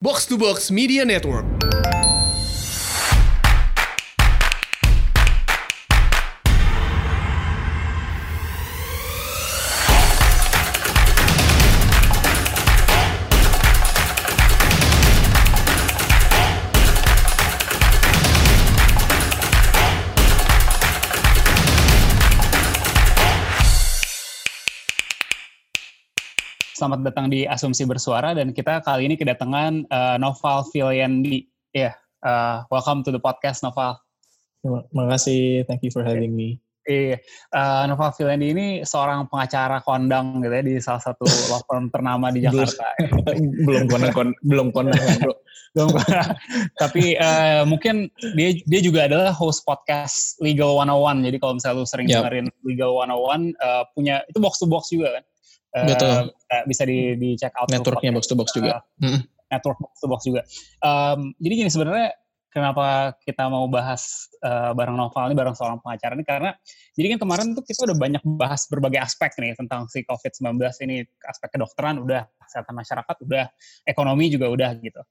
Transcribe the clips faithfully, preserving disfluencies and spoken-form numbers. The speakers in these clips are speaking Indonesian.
Box to Box Media Network. Selamat datang di Asumsi Bersuara, dan kita kali ini kedatangan uh, Noval Filyandi. Ya, yeah, uh, welcome to the podcast, Noval. Terima kasih, thank you for having me. Iya, uh, Noval Filyandi ini seorang pengacara kondang gitu ya di salah satu law firm ternama di Jakarta. belum kondang, kon- belum kondang bro. Belum kondang. Tapi uh, mungkin dia dia juga adalah host podcast Legal seratus satu. Jadi kalau misalnya lu sering yep. dengerin Legal seratus satu, uh, punya itu box to box juga kan. Betul. Uh, bisa di, di check out networknya box to box juga. Uh, network box to box juga. Um, jadi gini sebenarnya kenapa kita mau bahas uh, bareng Noval ini, bareng seorang pengacara ini, karena jadi kan kemarin tuh kita udah banyak bahas berbagai aspek nih tentang si covid sembilan belas ini. Aspek kedokteran udah, kesehatan masyarakat udah, ekonomi juga udah gitu.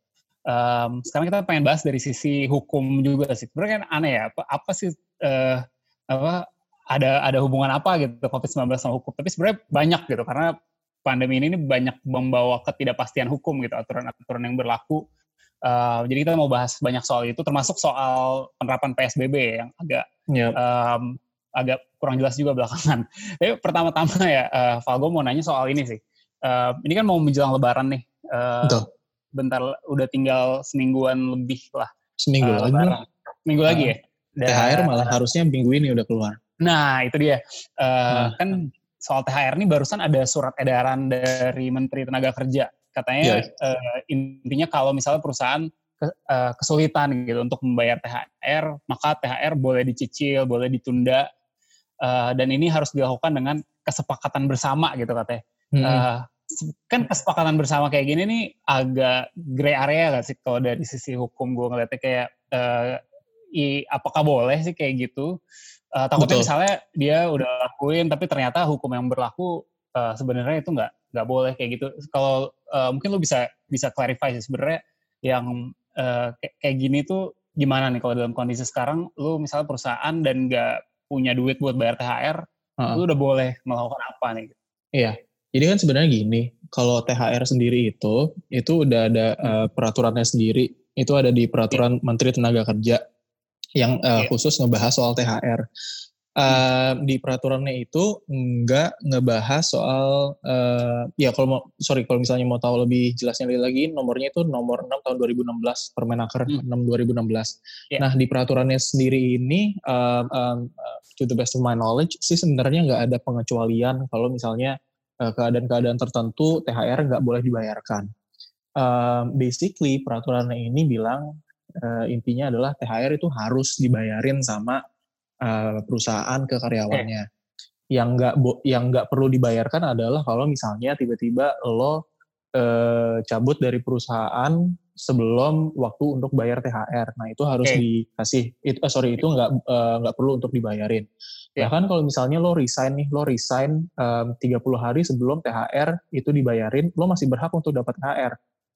Um, sekarang kita pengen bahas dari sisi hukum juga sih. Sebenarnya kan aneh ya, apa, apa sih uh, apa ada ada hubungan apa gitu covid sembilan belas sama hukum, tapi sebenarnya banyak gitu, karena pandemi ini banyak membawa ketidakpastian hukum gitu, aturan-aturan yang berlaku. Uh, jadi kita mau bahas banyak soal itu, termasuk soal penerapan P S B B yang agak yep. um, agak kurang jelas juga belakangan. Tapi pertama-tama ya, uh, Valgo mau nanya soal ini sih. Uh, ini kan mau menjelang Lebaran nih. Uh, Betul. Bentar, udah tinggal semingguan lebih lah. Seminggu uh, lagi. Minggu uh, lagi ya. Dan, T H R malah harusnya minggu ini udah keluar. Nah, itu dia. Uh, nah. Kan soal T H R ini barusan ada surat edaran dari Menteri Tenaga Kerja. Katanya yes. uh, intinya kalau misalnya perusahaan ke, uh, kesulitan gitu untuk membayar T H R, maka T H R boleh dicicil, boleh ditunda. Uh, dan ini harus dilakukan dengan kesepakatan bersama gitu katanya. Hmm. Uh, kan kesepakatan bersama kayak gini nih agak gray area gak sih kalau dari sisi hukum gue ngeliatnya, kayak uh, i, apakah boleh sih kayak gitu? Uh, takutnya Betul. Misalnya dia udah lakuin tapi ternyata hukum yang berlaku uh, sebenarnya itu nggak nggak boleh kayak gitu. Kalau uh, mungkin lu bisa bisa clarify sih sebenarnya yang uh, kayak, kayak gini tuh gimana nih kalau dalam kondisi sekarang lu misalnya perusahaan dan nggak punya duit buat bayar T H R, uh-huh. lu udah boleh melakukan apa nih? Iya, jadi kan sebenarnya gini, kalau T H R sendiri itu itu udah ada uh, peraturannya sendiri, itu ada di peraturan yeah. Menteri Tenaga Kerja yang uh, yeah. khusus ngebahas soal T H R. Uh, hmm. Di peraturannya itu nggak ngebahas soal, uh, ya kalau mau, sorry kalau misalnya mau tahu lebih jelasnya lagi, nomornya itu nomor enam tahun dua ribu enam belas, Permenaker hmm. enam dua ribu enam belas. Yeah. Nah di peraturannya sendiri ini, uh, um, uh, to the best of my knowledge, sih sebenarnya nggak ada pengecualian kalau misalnya uh, keadaan-keadaan tertentu T H R nggak boleh dibayarkan. Uh, basically peraturannya ini bilang, Uh, intinya adalah T H R itu harus dibayarin sama uh, perusahaan ke karyawannya. Okay. Yang nggak yang nggak perlu dibayarkan adalah kalau misalnya tiba-tiba lo uh, cabut dari perusahaan sebelum waktu untuk bayar T H R. Nah itu harus okay. dikasih. Itu uh, sorry itu nggak uh, nggak perlu untuk dibayarin. Yeah. Bahkan kalau misalnya lo resign nih, lo resign um, tiga puluh hari sebelum T H R itu dibayarin, lo masih berhak untuk dapat T H R.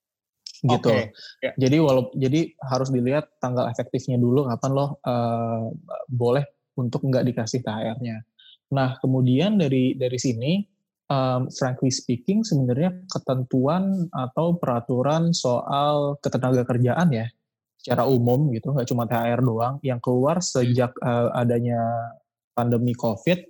Gitu. Okay. Yeah. Jadi walau jadi harus dilihat tanggal efektifnya dulu kapan lo uh, boleh untuk nggak dikasih T H R-nya. Nah kemudian dari dari sini, um, frankly speaking, sebenarnya ketentuan atau peraturan soal ketenagakerjaan ya, secara umum gitu, nggak cuma T H R doang, yang keluar sejak uh, adanya pandemi COVID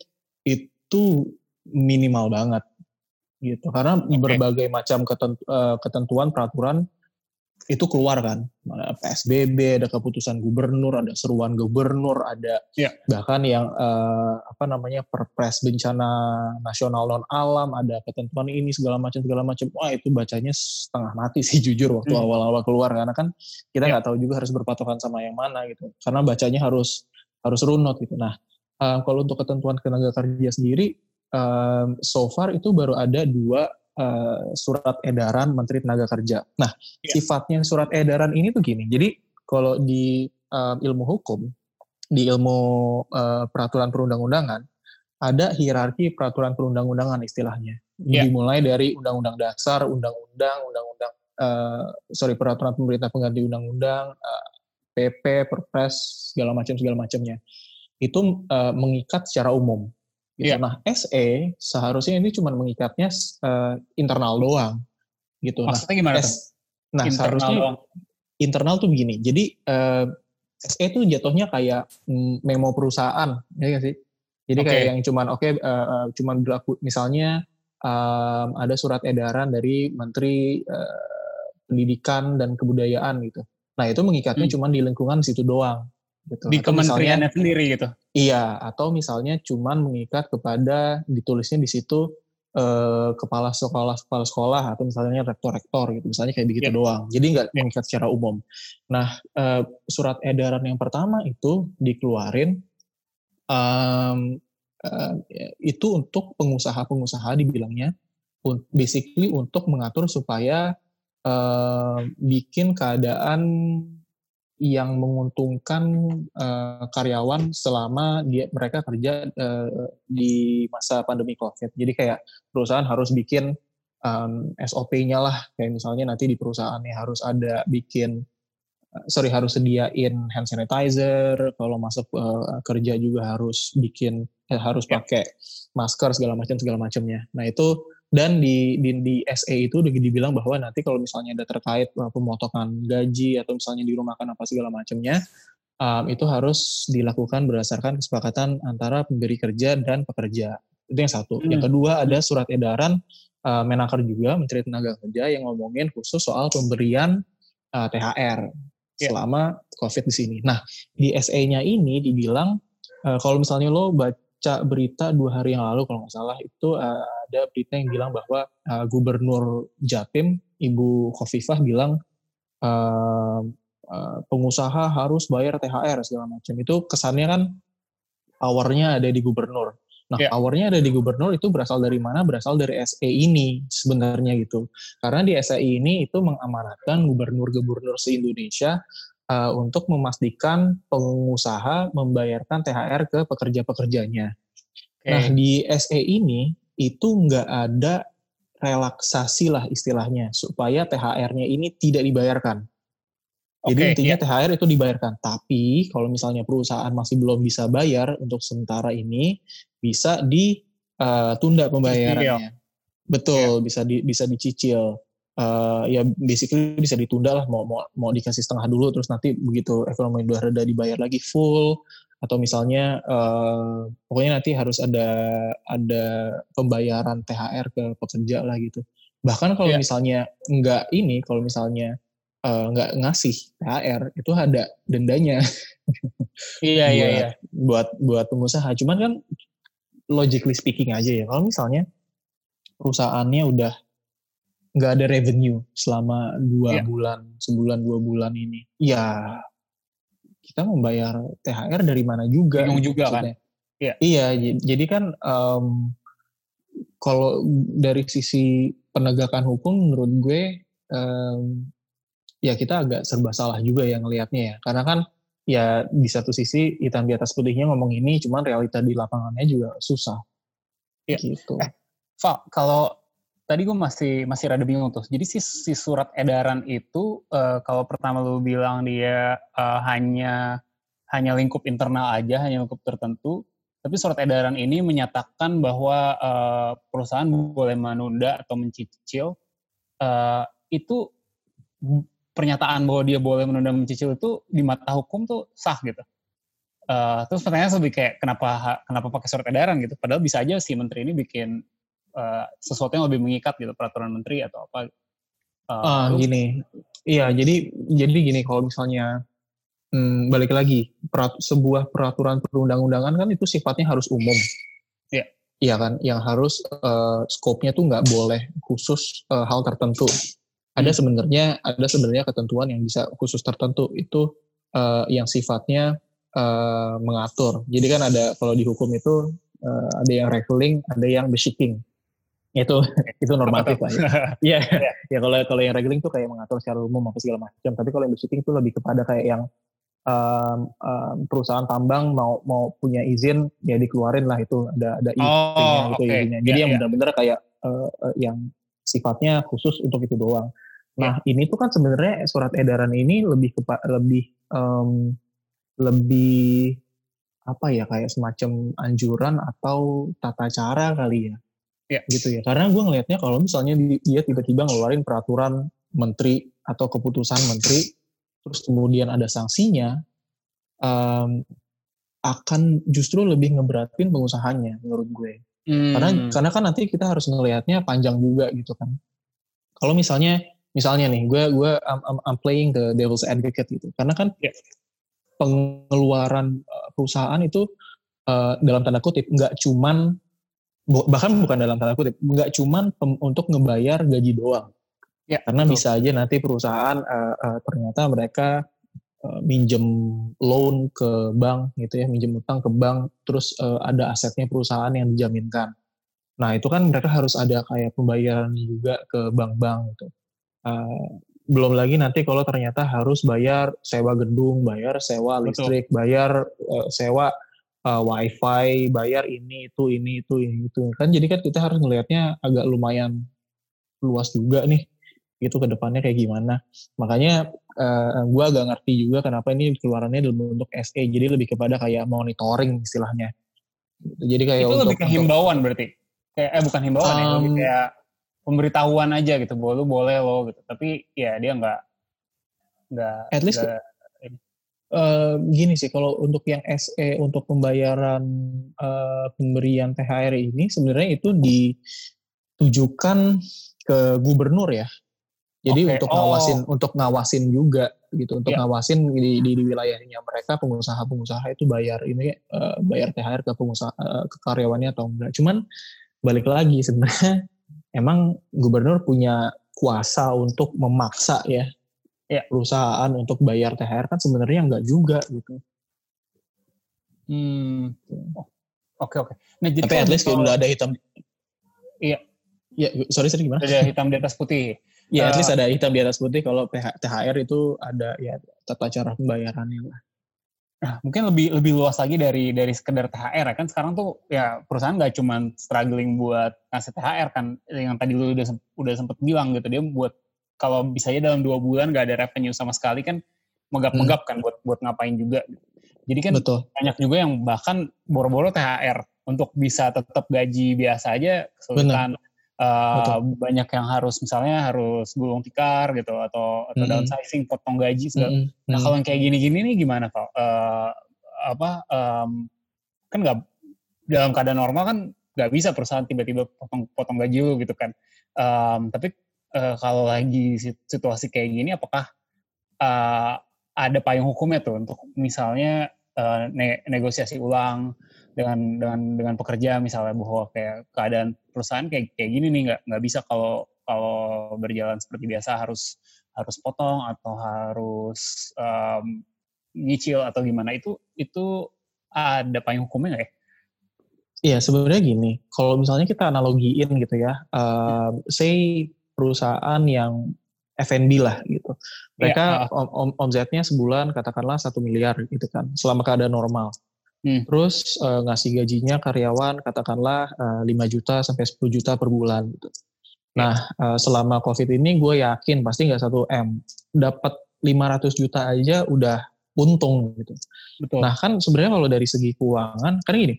itu minimal banget, gitu. Karena okay. berbagai macam ketentu, uh, ketentuan peraturan itu keluar kan, ada P S B B, ada keputusan gubernur, ada seruan gubernur, ada yeah. bahkan yang uh, apa namanya perpres bencana nasional non alam, ada ketentuan ini segala macam segala macam. Wah itu bacanya setengah mati sih jujur waktu hmm. awal-awal keluar, karena kan kita nggak yeah. tahu juga harus berpatokan sama yang mana gitu, karena bacanya harus harus runut gitu. Nah uh, kalau untuk ketentuan tenaga kerja sendiri, um, so far itu baru ada dua Uh, surat edaran Menteri Tenaga Kerja. Nah, yeah. sifatnya surat edaran ini tuh gini. Jadi kalau di uh, ilmu hukum, di ilmu uh, peraturan perundang-undangan, ada hierarki peraturan perundang-undangan istilahnya. Yeah. Dimulai dari undang-undang dasar, undang-undang, undang-undang uh, sorry peraturan pemerintah pengganti undang-undang, uh, P P, Perpres, segala macam segala macamnya itu uh, mengikat secara umum. Gitu. Yeah. Nah S E seharusnya ini cuma mengikatnya uh, internal doang. Gitu. Maksudnya nah, gimana S, tuh? Nah internal seharusnya doang. Internal tuh begini. Jadi uh, S E itu jatuhnya kayak mm, memo perusahaan, ya nggak sih? Jadi okay. kayak yang cuman oke, okay, uh, cuman berlaku misalnya um, ada surat edaran dari Menteri uh, Pendidikan dan Kebudayaan gitu. Nah itu mengikatnya hmm. cuman di lingkungan situ doang. Gitu. Di atau kementeriannya misalnya, sendiri gitu. Iya, atau misalnya cuman mengikat kepada ditulisnya di situ uh, kepala sekolah kepala sekolah atau misalnya rektor-rektor gitu, misalnya kayak begitu yeah. doang. Jadi nggak yeah. mengikat secara umum. Nah uh, surat edaran yang pertama itu dikeluarin um, uh, itu untuk pengusaha-pengusaha dibilangnya, basically untuk mengatur supaya uh, bikin keadaan yang menguntungkan uh, karyawan selama dia mereka kerja uh, di masa pandemi COVID. Jadi kayak perusahaan harus bikin um, S O P-nya lah, kayak misalnya nanti di perusahaannya harus ada bikin, uh, sorry harus sediain hand sanitizer, kalau masuk uh, kerja juga harus bikin, eh, harus pakai masker segala macam segala macamnya. Nah itu dan di, di di S E itu udah dibilang bahwa nanti kalau misalnya ada terkait pemotongan gaji atau misalnya dirumahkan apa segala macamnya, um, itu harus dilakukan berdasarkan kesepakatan antara pemberi kerja dan pekerja. Itu yang satu. Hmm. Yang kedua ada surat edaran uh, Menaker juga, Menteri Tenaga Kerja, yang ngomongin khusus soal pemberian uh, T H R yeah. selama COVID di sini. Nah di S E-nya ini dibilang uh, kalau misalnya lo baca berita dua hari yang lalu kalau nggak salah itu uh, ada berita yang bilang bahwa uh, Gubernur Jatim Ibu Khofifah bilang uh, uh, pengusaha harus bayar T H R segala macam. Itu kesannya kan powernya ada di gubernur. Nah yeah. powernya ada di gubernur itu berasal dari mana? Berasal dari S E ini sebenarnya gitu. Karena di S E ini itu mengamanatkan gubernur-gubernur se-Indonesia Uh, untuk memastikan pengusaha membayarkan T H R ke pekerja-pekerjanya. Okay. Nah di S E ini itu nggak ada relaksasi lah istilahnya supaya T H R-nya ini tidak dibayarkan. Jadi okay, intinya yeah. T H R itu dibayarkan. Tapi kalau misalnya perusahaan masih belum bisa bayar untuk sementara ini bisa ditunda uh, pembayarannya. Cicil. Betul, yeah. bisa di, bisa dicicil. Uh, ya basically bisa ditunda lah, mau mau mau dikasih setengah dulu terus nanti begitu ekonomi udah reda dibayar lagi full, atau misalnya uh, pokoknya nanti harus ada ada pembayaran T H R ke pekerja lah gitu. Bahkan kalau yeah. misalnya nggak ini kalau misalnya uh, nggak ngasih T H R itu ada dendanya. Iya iya iya. Buat buat pengusaha. Cuman kan logically speaking aja ya, kalau misalnya perusahaannya udah nggak ada revenue selama dua yeah. bulan, sebulan dua bulan ini, ya kita membayar T H R dari mana juga? Bingung juga maksudnya. Kan? Yeah. Iya, jadi kan um, kalau dari sisi penegakan hukum menurut gue, um, ya kita agak serba salah juga yang ngelihatnya ya, karena kan ya di satu sisi hitam di atas putihnya ngomong ini, cuman realita di lapangannya juga susah. Yeah. Gitu. Eh, Val, kalau tadi gue masih masih rada bingung tuh. Jadi si, si surat edaran itu uh, kalau pertama lu bilang dia uh, hanya hanya lingkup internal aja, hanya lingkup tertentu. Tapi surat edaran ini menyatakan bahwa uh, perusahaan boleh menunda atau mencicil. Uh, itu pernyataan bahwa dia boleh menunda mencicil itu di mata hukum tuh sah gitu. Uh, terus pertanyaan lebih kayak kenapa kenapa pakai surat edaran gitu? Padahal bisa aja si menteri ini bikin Uh, sesuatu yang lebih mengikat gitu, peraturan menteri atau apa. Uh, uh, gini, iya jadi jadi gini kalau misalnya hmm, balik lagi perat, sebuah peraturan perundang-undangan kan itu sifatnya harus umum. Iya. Yeah. Iya kan, yang harus uh, skopnya tuh nggak boleh khusus uh, hal tertentu. Ada hmm. sebenarnya ada sebenarnya ketentuan yang bisa khusus tertentu itu uh, yang sifatnya uh, mengatur. Jadi kan ada kalau di hukum itu uh, ada yang reguling, ada yang beshiking. Itu itu normatif lah ya. Iya. Yeah. Ya kalau kalau yang reguling tuh kayak mengatur secara umum apa segala macam. Tapi kalau yang beshiking itu lebih kepada kayak yang um, um, perusahaan tambang mau mau punya izin ya dikeluarin lah itu ada ada izin-nya oh, gitu okay. izinnya. Jadi yeah, yang yeah. benar-benar kayak uh, uh, yang sifatnya khusus untuk itu doang. Nah, yeah. Ini tuh kan sebenarnya surat edaran ini lebih kepa, lebih um, lebih apa ya, kayak semacam anjuran atau tata cara kali ya. Yeah. Gitu ya. Karena gue ngelihatnya kalau misalnya dia tiba-tiba ngeluarin peraturan menteri atau keputusan menteri, terus kemudian ada sanksinya, um, akan justru lebih ngeberatin pengusahanya menurut gue. Hmm. Karena karena kan nanti kita harus ngelihatnya panjang juga gitu kan. Kalau misalnya misalnya nih, gue gue I'm, I'm playing the devil's advocate gitu. Karena kan yeah. pengeluaran perusahaan itu uh, dalam tanda kutip nggak cuman, bahkan bukan dalam tanda kutip, nggak cuman pem, untuk ngebayar gaji doang. Yeah, karena betul. Bisa aja nanti perusahaan uh, uh, ternyata mereka uh, minjem loan ke bank gitu ya, minjem utang ke bank, terus uh, ada asetnya perusahaan yang dijaminkan. Nah itu kan mereka harus ada kayak pembayaran juga ke bank-bank gitu. Uh, belum lagi nanti kalau ternyata harus bayar sewa gedung, bayar sewa listrik, betul. bayar uh, sewa uh, wifi, bayar ini itu ini itu ini itu kan, jadi kan kita harus ngelihatnya agak lumayan luas juga nih gitu ke depannya kayak gimana. Makanya uh, gue agak ngerti juga kenapa ini keluarannya dalam bentuk S E, jadi lebih kepada kayak monitoring istilahnya. Jadi kayak itu untuk, lebih ke himbauan untuk, berarti kayak eh bukan himbauan um, ya, lebih kayak pemberitahuan aja gitu, bahwa lu boleh lo gitu, tapi ya dia nggak nggak at least nggak, uh, gini sih, kalau untuk yang S E untuk pembayaran uh, pemberian T H R ini sebenarnya itu ditujukan ke gubernur ya, jadi okay. untuk oh. ngawasin untuk ngawasin juga gitu, untuk yeah. ngawasin di, di, di wilayahnya mereka, pengusaha-pengusaha itu bayar ini uh, bayar T H R ke pengusaha uh, ke karyawannya atau enggak. Cuman balik lagi sebenarnya emang gubernur punya kuasa untuk memaksa ya, ya perusahaan untuk bayar T H R, kan sebenarnya enggak juga gitu. Hmm. Oke oh, oke. Okay, okay. Nah, jadi tapi at least kalau udah ada hitam. Iya. Ya, sorry sorry gimana? Ada hitam di atas putih. Ya, uh, at least ada hitam di atas putih kalau T H R itu ada ya tata cara pembayarannya lah. Nah, mungkin lebih lebih luas lagi dari dari sekedar T H R ya kan. Sekarang tuh ya perusahaan nggak cuma struggling buat ngasih T H R kan, yang tadi lu udah udah sempet bilang gitu, dia buat kalau bisa aja dalam dua bulan nggak ada revenue sama sekali kan, megap-megap hmm. kan buat buat ngapain juga. Jadi kan Betul. banyak juga yang bahkan boro-boro T H R untuk bisa tetap gaji biasa aja kesulitan. Uh, banyak yang harus misalnya harus gulung tikar gitu atau atau mm-hmm. downsizing, potong gaji segala. Mm-hmm. Nah kalau yang kayak gini-gini nih gimana Pak? Uh, apa um, kan nggak dalam keadaan normal kan nggak bisa perusahaan tiba-tiba potong potong gaji lu gitu kan. Um, tapi uh, kalau lagi situasi kayak gini, apakah uh, ada payung hukumnya tuh untuk misalnya uh, ne- negosiasi ulang dengan dengan dengan pekerja misalnya, bahwa kayak keadaan perusahaan kayak kayak gini nih, nggak nggak bisa kalau kalau berjalan seperti biasa, harus harus potong atau harus um, nyicil atau gimana, itu itu ada payung hukumnya nggak ya? Iya sebenarnya gini, kalau misalnya kita analogiin gitu ya, uh, say perusahaan yang F and B lah gitu, mereka ya, uh, om, om, omzetnya sebulan katakanlah satu miliar gitu kan, selama keadaan normal. Hmm. Terus uh, ngasih gajinya karyawan katakanlah uh, lima juta sampai sepuluh juta per bulan gitu. Nah uh, selama COVID ini gue yakin pasti nggak satu M, dapat lima ratus juta aja udah untung gitu. Betul. Nah kan sebenarnya kalau dari segi keuangan kan gini,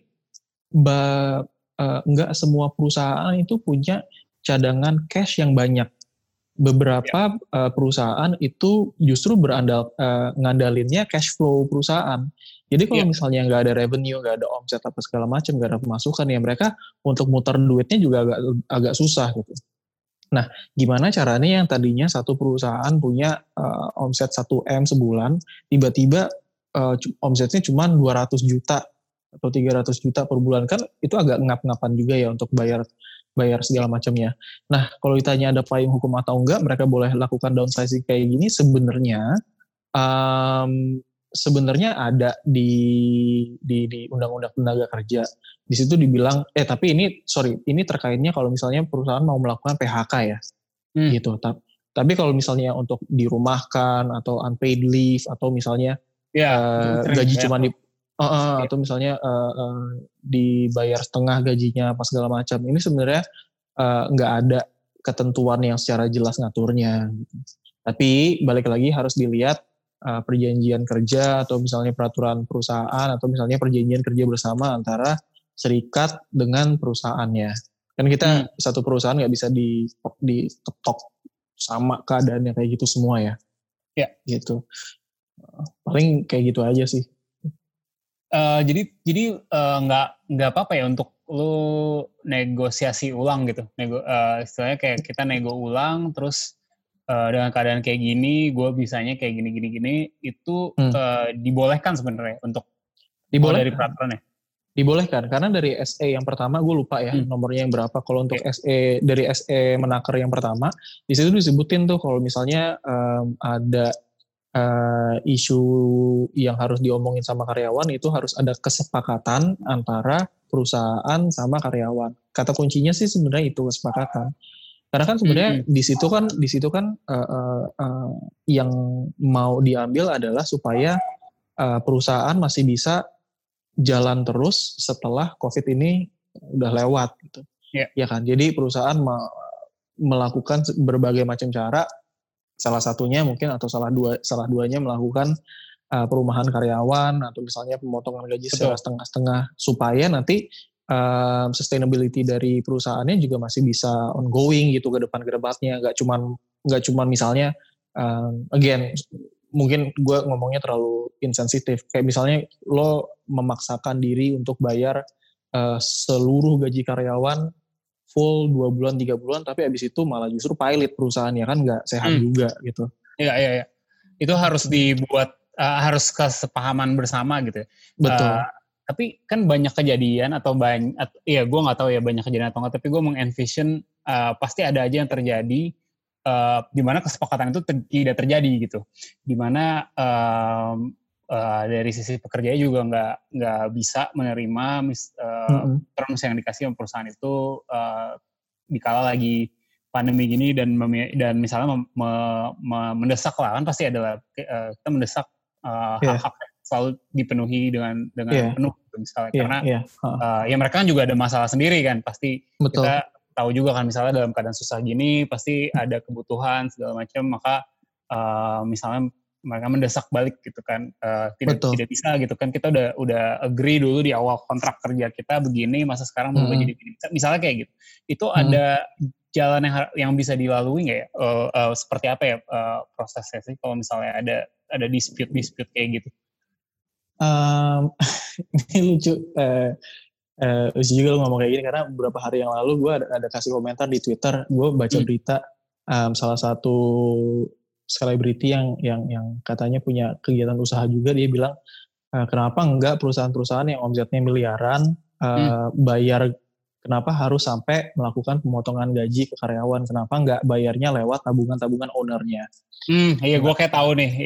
ba, uh, nggak semua perusahaan itu punya cadangan cash yang banyak. Beberapa ya. uh, perusahaan itu justru berandal uh, ngandalinnya cash flow perusahaan. Jadi kalau ya. misalnya nggak ada revenue, nggak ada omset apa segala macam, nggak ada pemasukan, ya mereka untuk muter duitnya juga agak agak susah gitu. Nah, gimana caranya yang tadinya satu perusahaan punya uh, omset satu M sebulan, tiba-tiba uh, omsetnya cuma dua ratus juta atau tiga ratus juta per bulan, kan itu agak ngap-ngapan juga ya untuk bayar bayar segala macamnya. Nah, kalau ditanya ada payung hukum atau enggak, mereka boleh lakukan downsizing kayak gini, sebenarnya um, sebenarnya ada di, di di Undang-Undang Tenaga Kerja. Di situ dibilang, eh tapi ini sorry, ini terkaitnya kalau misalnya perusahaan mau melakukan P H K ya, hmm. gitu. Tapi kalau misalnya untuk dirumahkan atau unpaid leave atau misalnya ya, uh, gaji cuma di Uh, uh, atau misalnya uh, uh, dibayar setengah gajinya apa segala macam, ini sebenarnya nggak uh, ada ketentuan yang secara jelas ngaturnya. Tapi balik lagi harus dilihat uh, perjanjian kerja atau misalnya peraturan perusahaan atau misalnya perjanjian kerja bersama antara serikat dengan perusahaannya. Kan kita hmm. satu perusahaan nggak bisa di diketok sama keadaannya kayak gitu semua ya. Ya. Gitu. Paling kayak gitu aja sih. Uh, jadi jadi uh, nggak nggak apa-apa ya untuk lu negosiasi ulang gitu. Nego, uh, istilahnya kayak kita nego ulang terus Uh, dengan keadaan kayak gini, gue bisanya kayak gini-gini-gini, itu hmm. uh, dibolehkan sebenarnya untuk dibolehkan. dari peraturannya? Dibolehkan, karena dari S E yang pertama, gue lupa ya hmm. nomornya yang berapa. Kalau untuk okay. S E, dari S E Menaker yang pertama, di situ disebutin tuh kalau misalnya um, ada uh, isu yang harus diomongin sama karyawan, itu harus ada kesepakatan antara perusahaan sama karyawan. Kata kuncinya sih sebenarnya itu kesepakatan. Karena kan sebenarnya mm-hmm. di situ kan di situ kan uh, uh, uh, yang mau diambil adalah supaya uh, perusahaan masih bisa jalan terus setelah COVID ini udah lewat gitu. Yeah. Ya kan. Jadi perusahaan me- melakukan berbagai macam cara, salah satunya mungkin atau salah dua salah duanya melakukan uh, perumahan karyawan atau misalnya pemotongan gaji Betul. secara setengah-setengah supaya nanti Uh, sustainability dari perusahaannya juga masih bisa ongoing gitu ke depan ke depannya, nggak cuman nggak cuman misalnya uh, again mungkin gue ngomongnya terlalu insensitif kayak misalnya lo memaksakan diri untuk bayar uh, seluruh gaji karyawan full dua bulan tiga bulan tapi abis itu malah justru pilot perusahaannya, kan nggak sehat hmm. juga gitu. Iya iya iya itu harus dibuat uh, harus kesepahaman bersama gitu. Betul. Uh, Tapi kan banyak kejadian atau banyak, ya gue nggak tahu ya banyak kejadian atau nggak. Tapi gue mengenvision uh, pasti ada aja yang terjadi uh, di mana kesepakatan itu ter- tidak terjadi gitu. Di mana uh, uh, dari sisi pekerja juga nggak nggak bisa menerima mis, uh, mm-hmm. terms yang dikasih sama perusahaan itu uh, dikala lagi pandemi gini dan mem- dan misalnya mem- mem- mem- mendesak lah, kan pasti adalah uh, kita mendesak uh, yeah. hak-hak selalu dipenuhi dengan dengan yeah. penuh misalnya yeah, karena yeah. Uh. Uh, ya mereka kan juga ada masalah sendiri kan pasti. Betul. Kita tahu juga kan misalnya dalam keadaan susah gini pasti ada kebutuhan segala macam, maka uh, misalnya mereka mendesak balik gitu kan, uh, tidak Betul. tidak bisa gitu kan, kita udah udah agree dulu di awal kontrak kerja kita begini, masa sekarang berubah hmm. jadi begini misalnya kayak gitu. Itu hmm. ada jalan yang yang bisa dilalui nggak ya? Uh, uh, seperti apa ya uh, prosesnya sih kalau misalnya ada ada dispute-dispute kayak gitu? Um, ini lucu, uh, uh, lucu juga lo ngomong kayak gini karena beberapa hari yang lalu gue ada, ada kasih komentar di Twitter, gue baca hmm. berita um, salah satu selebriti yang yang yang katanya punya kegiatan usaha juga, dia bilang uh, kenapa enggak perusahaan-perusahaan yang omsetnya miliaran uh, hmm. bayar, kenapa harus sampai melakukan pemotongan gaji ke karyawan, kenapa enggak bayarnya lewat tabungan-tabungan ownernya. Hmm, iya gue kayak tahu nih.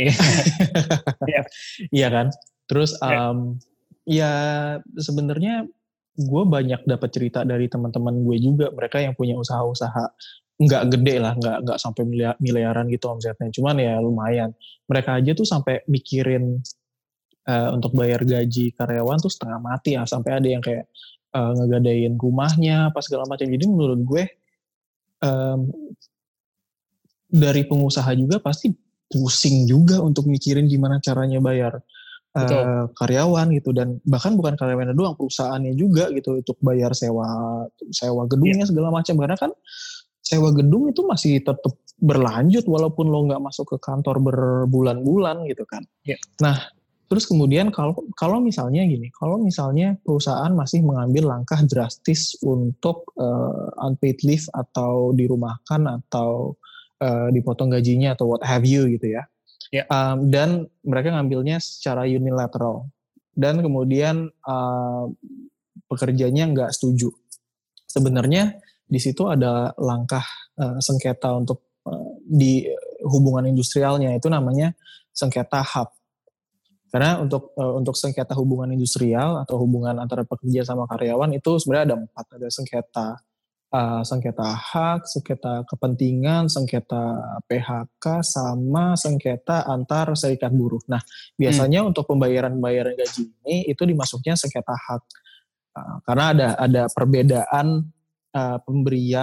Iya kan. Terus um, ya sebenarnya gue banyak dapat cerita dari teman-teman gue juga, mereka yang punya usaha-usaha nggak gede lah, nggak nggak sampai miliaran gitu omsetnya, cuman ya lumayan. Mereka aja tuh sampai mikirin uh, untuk bayar gaji karyawan tuh setengah mati ya, sampai ada yang kayak uh, ngegadain rumahnya apa segala macam. Jadi menurut gue um, dari pengusaha juga pasti pusing juga untuk mikirin gimana caranya bayar Uh, karyawan gitu, dan bahkan bukan karyawannya doang, perusahaannya juga gitu untuk bayar sewa sewa gedungnya yeah. segala macam, karena kan sewa gedung itu masih tetap berlanjut walaupun lo nggak masuk ke kantor berbulan-bulan gitu kan. Yeah. Nah terus kemudian kalau kalau misalnya gini, kalau misalnya perusahaan masih mengambil langkah drastis untuk uh, unpaid leave atau dirumahkan atau uh, dipotong gajinya atau what have you gitu ya. Yeah. Um, dan mereka ngambilnya secara unilateral dan kemudian uh, pekerjanya nggak setuju. Sebenarnya di situ ada langkah uh, sengketa untuk uh, di hubungan industrialnya, itu namanya sengketa H A P. Karena untuk uh, untuk sengketa hubungan industrial atau hubungan antara pekerja sama karyawan itu sebenarnya ada empat, ada sengketa Uh, sengketa hak, sengketa kepentingan, sengketa P H K, sama sengketa antar serikat buruh. Nah, biasanya hmm. untuk pembayaran-pembayaran gaji ini itu dimasuknya sengketa hak. Uh, karena ada ada perbedaan uh, pemberian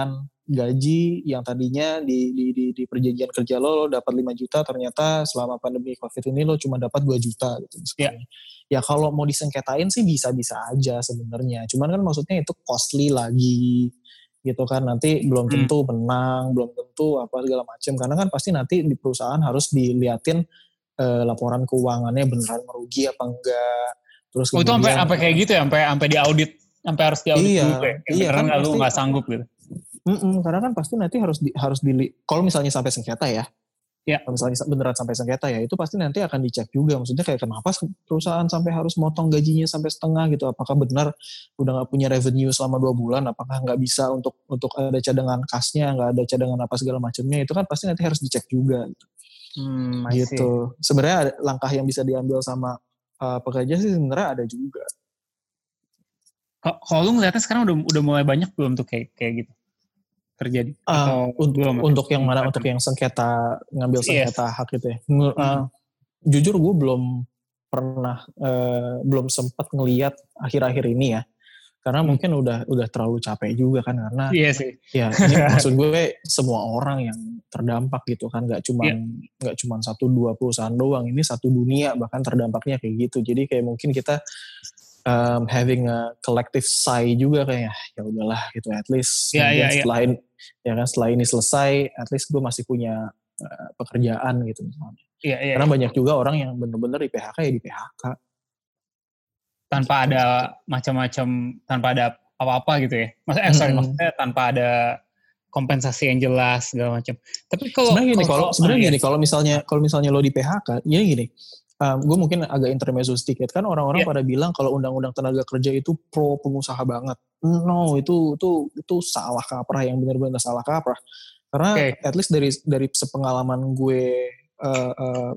gaji yang tadinya di, di, di, di perjanjian kerja lo, lo dapat lima juta, ternyata selama pandemi COVID ini lo cuma dapat dua juta gitu misalnya. Yeah. Ya kalau mau disengketain sih bisa-bisa aja sebenarnya. Cuman kan maksudnya itu costly lagi gitu kan. Nanti belum tentu hmm. menang, belum tentu apa segala macam. Karena kan pasti nanti di perusahaan harus diliatin eh, laporan keuangannya beneran merugi apa enggak. Terus oh, kemudian, itu sampai sampai kayak gitu ya, sampai sampai diaudit, sampai harus diaudit iya, dulu ya. Iya kan nggak pasti, lu nggak sanggup gitu. Mm-mm, karena kan pasti nanti harus di, harus di kalau misalnya sampai sengketa ya, ya. Kalau misalnya beneran sampai sengketa ya, itu pasti nanti akan dicek juga. Maksudnya kayak kenapa perusahaan sampai harus motong gajinya sampai setengah gitu? Apakah benar udah nggak punya revenue selama dua bulan? Apakah nggak bisa untuk untuk ada cadangan kasnya, nggak ada cadangan apa segala macamnya? Itu kan pasti nanti harus dicek juga. Gitu. Hmm, gitu. Sebenarnya langkah yang bisa diambil sama uh, pekerja sih sebenarnya ada juga. Kalau lu ngeliatnya sekarang udah udah mulai banyak belum tuh kayak kayak gitu terjadi? Uh, atau untuk, belum? Untuk yang mana? Untuk yang sengketa ngambil sengketa yes. hak gitu ya. Uh, hmm. Jujur gue belum pernah, uh, belum sempat ngelihat akhir-akhir ini ya. Karena hmm. mungkin udah udah terlalu capek juga kan karena iya sih. Ya ini maksud gue semua orang yang terdampak gitu kan, nggak cuma nggak yeah. cuma satu dua perusahaan doang, ini satu dunia bahkan terdampaknya kayak gitu. Jadi kayak mungkin kita um, having a collective sigh juga kayak ya udahlah gitu, at least yeah, mungkin yeah, setelah yeah. ini ya kan setelah ini selesai, at least gue masih punya uh, pekerjaan gitu misalnya. Yeah, yeah, karena yeah. banyak juga orang yang bener-bener di P H K ya di P H K tanpa gitu. Ada macam-macam, tanpa ada apa-apa gitu ya. Maksudnya, eh, sorry, mm-hmm. maksudnya tanpa ada kompensasi yang jelas segala macam. Tapi kalau sebenarnya gini, kalau sebenarnya oh, gini, kalau misalnya kalau misalnya lo di P H K, ya gini, um, gue mungkin agak intermezzo sedikit kan orang-orang yeah. pada bilang kalau undang-undang tenaga kerja itu pro pengusaha banget. No, itu itu itu salah kaprah, yang benar-benar salah kaprah. Karena okay. at least dari dari sepengalaman gue uh, uh,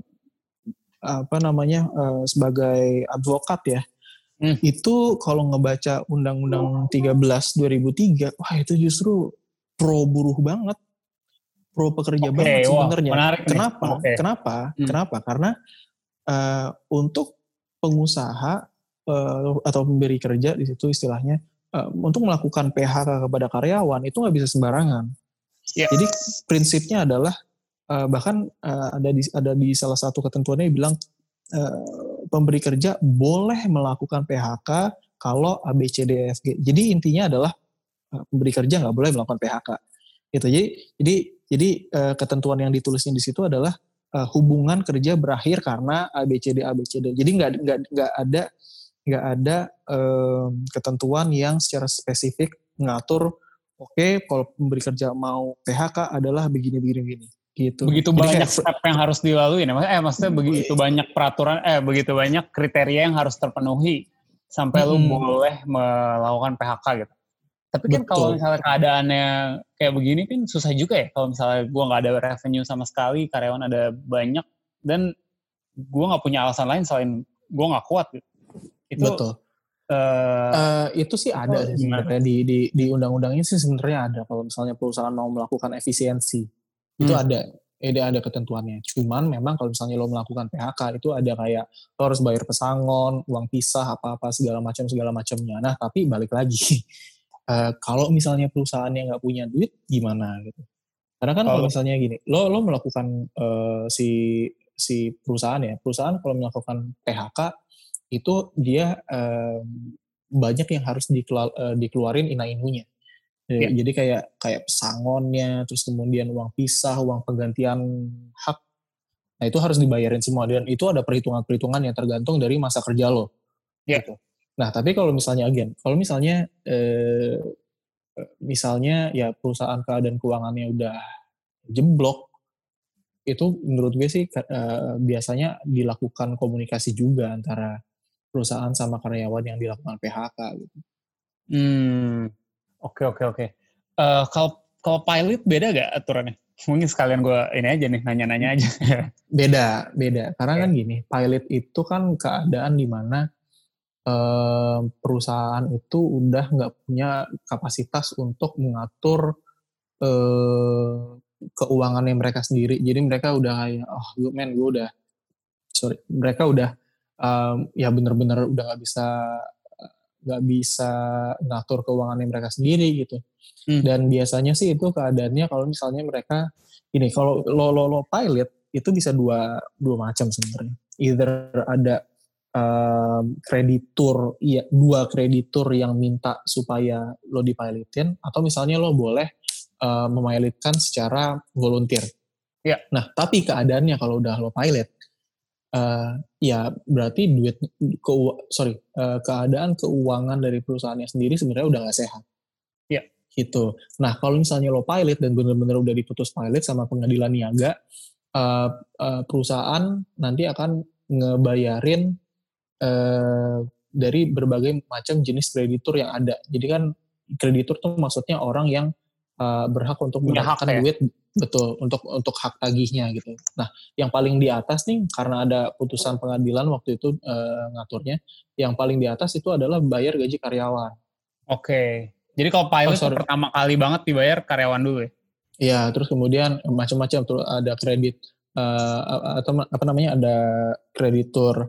apa namanya uh, sebagai advokat ya. Hmm. Itu kalau ngebaca Undang-Undang tiga belas dua ribu tiga, wah itu justru pro buruh banget, pro pekerja okay, banget sebenarnya. Kenapa? Okay. Kenapa? Hmm. Kenapa? Karena uh, untuk pengusaha uh, atau pemberi kerja di situ istilahnya uh, untuk melakukan P H K kepada karyawan itu nggak bisa sembarangan. Yeah. Jadi prinsipnya adalah uh, bahkan uh, ada di ada di salah satu ketentuannya bilang uh, pemberi kerja boleh melakukan P H K kalau A B C D E F G. Jadi intinya adalah uh, pemberi kerja nggak boleh melakukan P H K. Gitu. Jadi jadi jadi uh, ketentuan yang ditulisnya di situ adalah uh, hubungan kerja berakhir karena A B C D A B C D. Jadi nggak nggak nggak ada nggak ada um, ketentuan yang secara spesifik mengatur oke okay, kalau pemberi kerja mau P H K adalah begini begini begini. Gitu. Begitu jadi banyak kayak, step yang harus dilalui, nah, eh maksudnya begitu banyak peraturan, eh begitu banyak kriteria yang harus terpenuhi sampai hmm. lu boleh melakukan P H K gitu. Tapi kan Betul. Kalau misalnya keadaannya kayak begini kan susah juga ya, kalau misalnya gue nggak ada revenue sama sekali, karyawan ada banyak, dan gue nggak punya alasan lain selain gue nggak kuat gitu. Itu, Betul. Uh, uh, itu sih ada sih sebenarnya di, di di undang-undangnya sih sebenarnya ada kalau misalnya perusahaan mau melakukan efisiensi hmm. itu ada. Eh, dia ada ketentuannya. Cuman memang kalau misalnya lo melakukan P H K itu ada kayak lo harus bayar pesangon, uang pisah, apa-apa segala macam segala macamnya. Nah tapi balik lagi, uh, kalau misalnya perusahaan yang nggak punya duit gimana gitu? Karena kan oh. kalau misalnya gini, lo lo melakukan uh, si si perusahaan ya, perusahaan kalau melakukan P H K itu dia uh, banyak yang harus dikelu, uh, dikeluarin ina-inunya. Ya. Jadi kayak kayak pesangonnya, terus kemudian uang pisah, uang penggantian hak, nah itu harus dibayarin semua dan itu ada perhitungan-perhitungan yang tergantung dari masa kerja lo. Ya. Gitu. Nah tapi kalau misalnya again, kalau misalnya eh, misalnya ya perusahaan keadaan keuangannya udah jeblok, itu menurut gue sih eh, biasanya dilakukan komunikasi juga antara perusahaan sama karyawan yang dilakukan P H K gitu. Hmm. Oke oke oke. Uh, kalau kalau pilot beda gak aturannya? Mungkin sekalian gue ini aja nih nanya-nanya aja. Beda beda. Karena okay. kan gini, pilot itu kan keadaan di mana uh, perusahaan itu udah nggak punya kapasitas untuk mengatur uh, keuangannya mereka sendiri. Jadi mereka udah kayak, oh gue men gue udah, sorry, mereka udah um, ya bener-bener udah nggak bisa nggak bisa ngatur keuangannya mereka sendiri gitu. Hmm. Dan biasanya sih itu keadaannya kalau misalnya mereka ini kalau lo lo lo pilot itu bisa dua dua macam sebenarnya. Either ada um, kreditur, ya dua kreditur yang minta supaya lo dipilotin, atau misalnya lo boleh uh, memilotkan secara volunteer. Ya. Nah, tapi keadaannya kalau udah lo pilot, uh, ya berarti duit ke sorry uh, keadaan keuangan dari perusahaannya sendiri sebenarnya udah nggak sehat. Ya. Gitu. Nah, kalau misalnya lo pilot dan benar-benar udah diputus pilot sama pengadilan niaga, uh, uh, perusahaan nanti akan ngebayarin uh, dari berbagai macam jenis kreditur yang ada. Jadi kan kreditur tuh maksudnya orang yang uh, berhak untuk mendapatkan ya? duit, betul, untuk untuk hak tagihnya gitu. Nah, yang paling di atas nih karena ada putusan pengadilan waktu itu uh, ngaturnya, yang paling di atas itu adalah bayar gaji karyawan. Oke. Okay. Jadi kalau pilot oh, tuh pertama kali banget dibayar karyawan dulu ya? Iya, terus kemudian macam-macam tuh ada kredit uh, atau apa namanya ada kreditur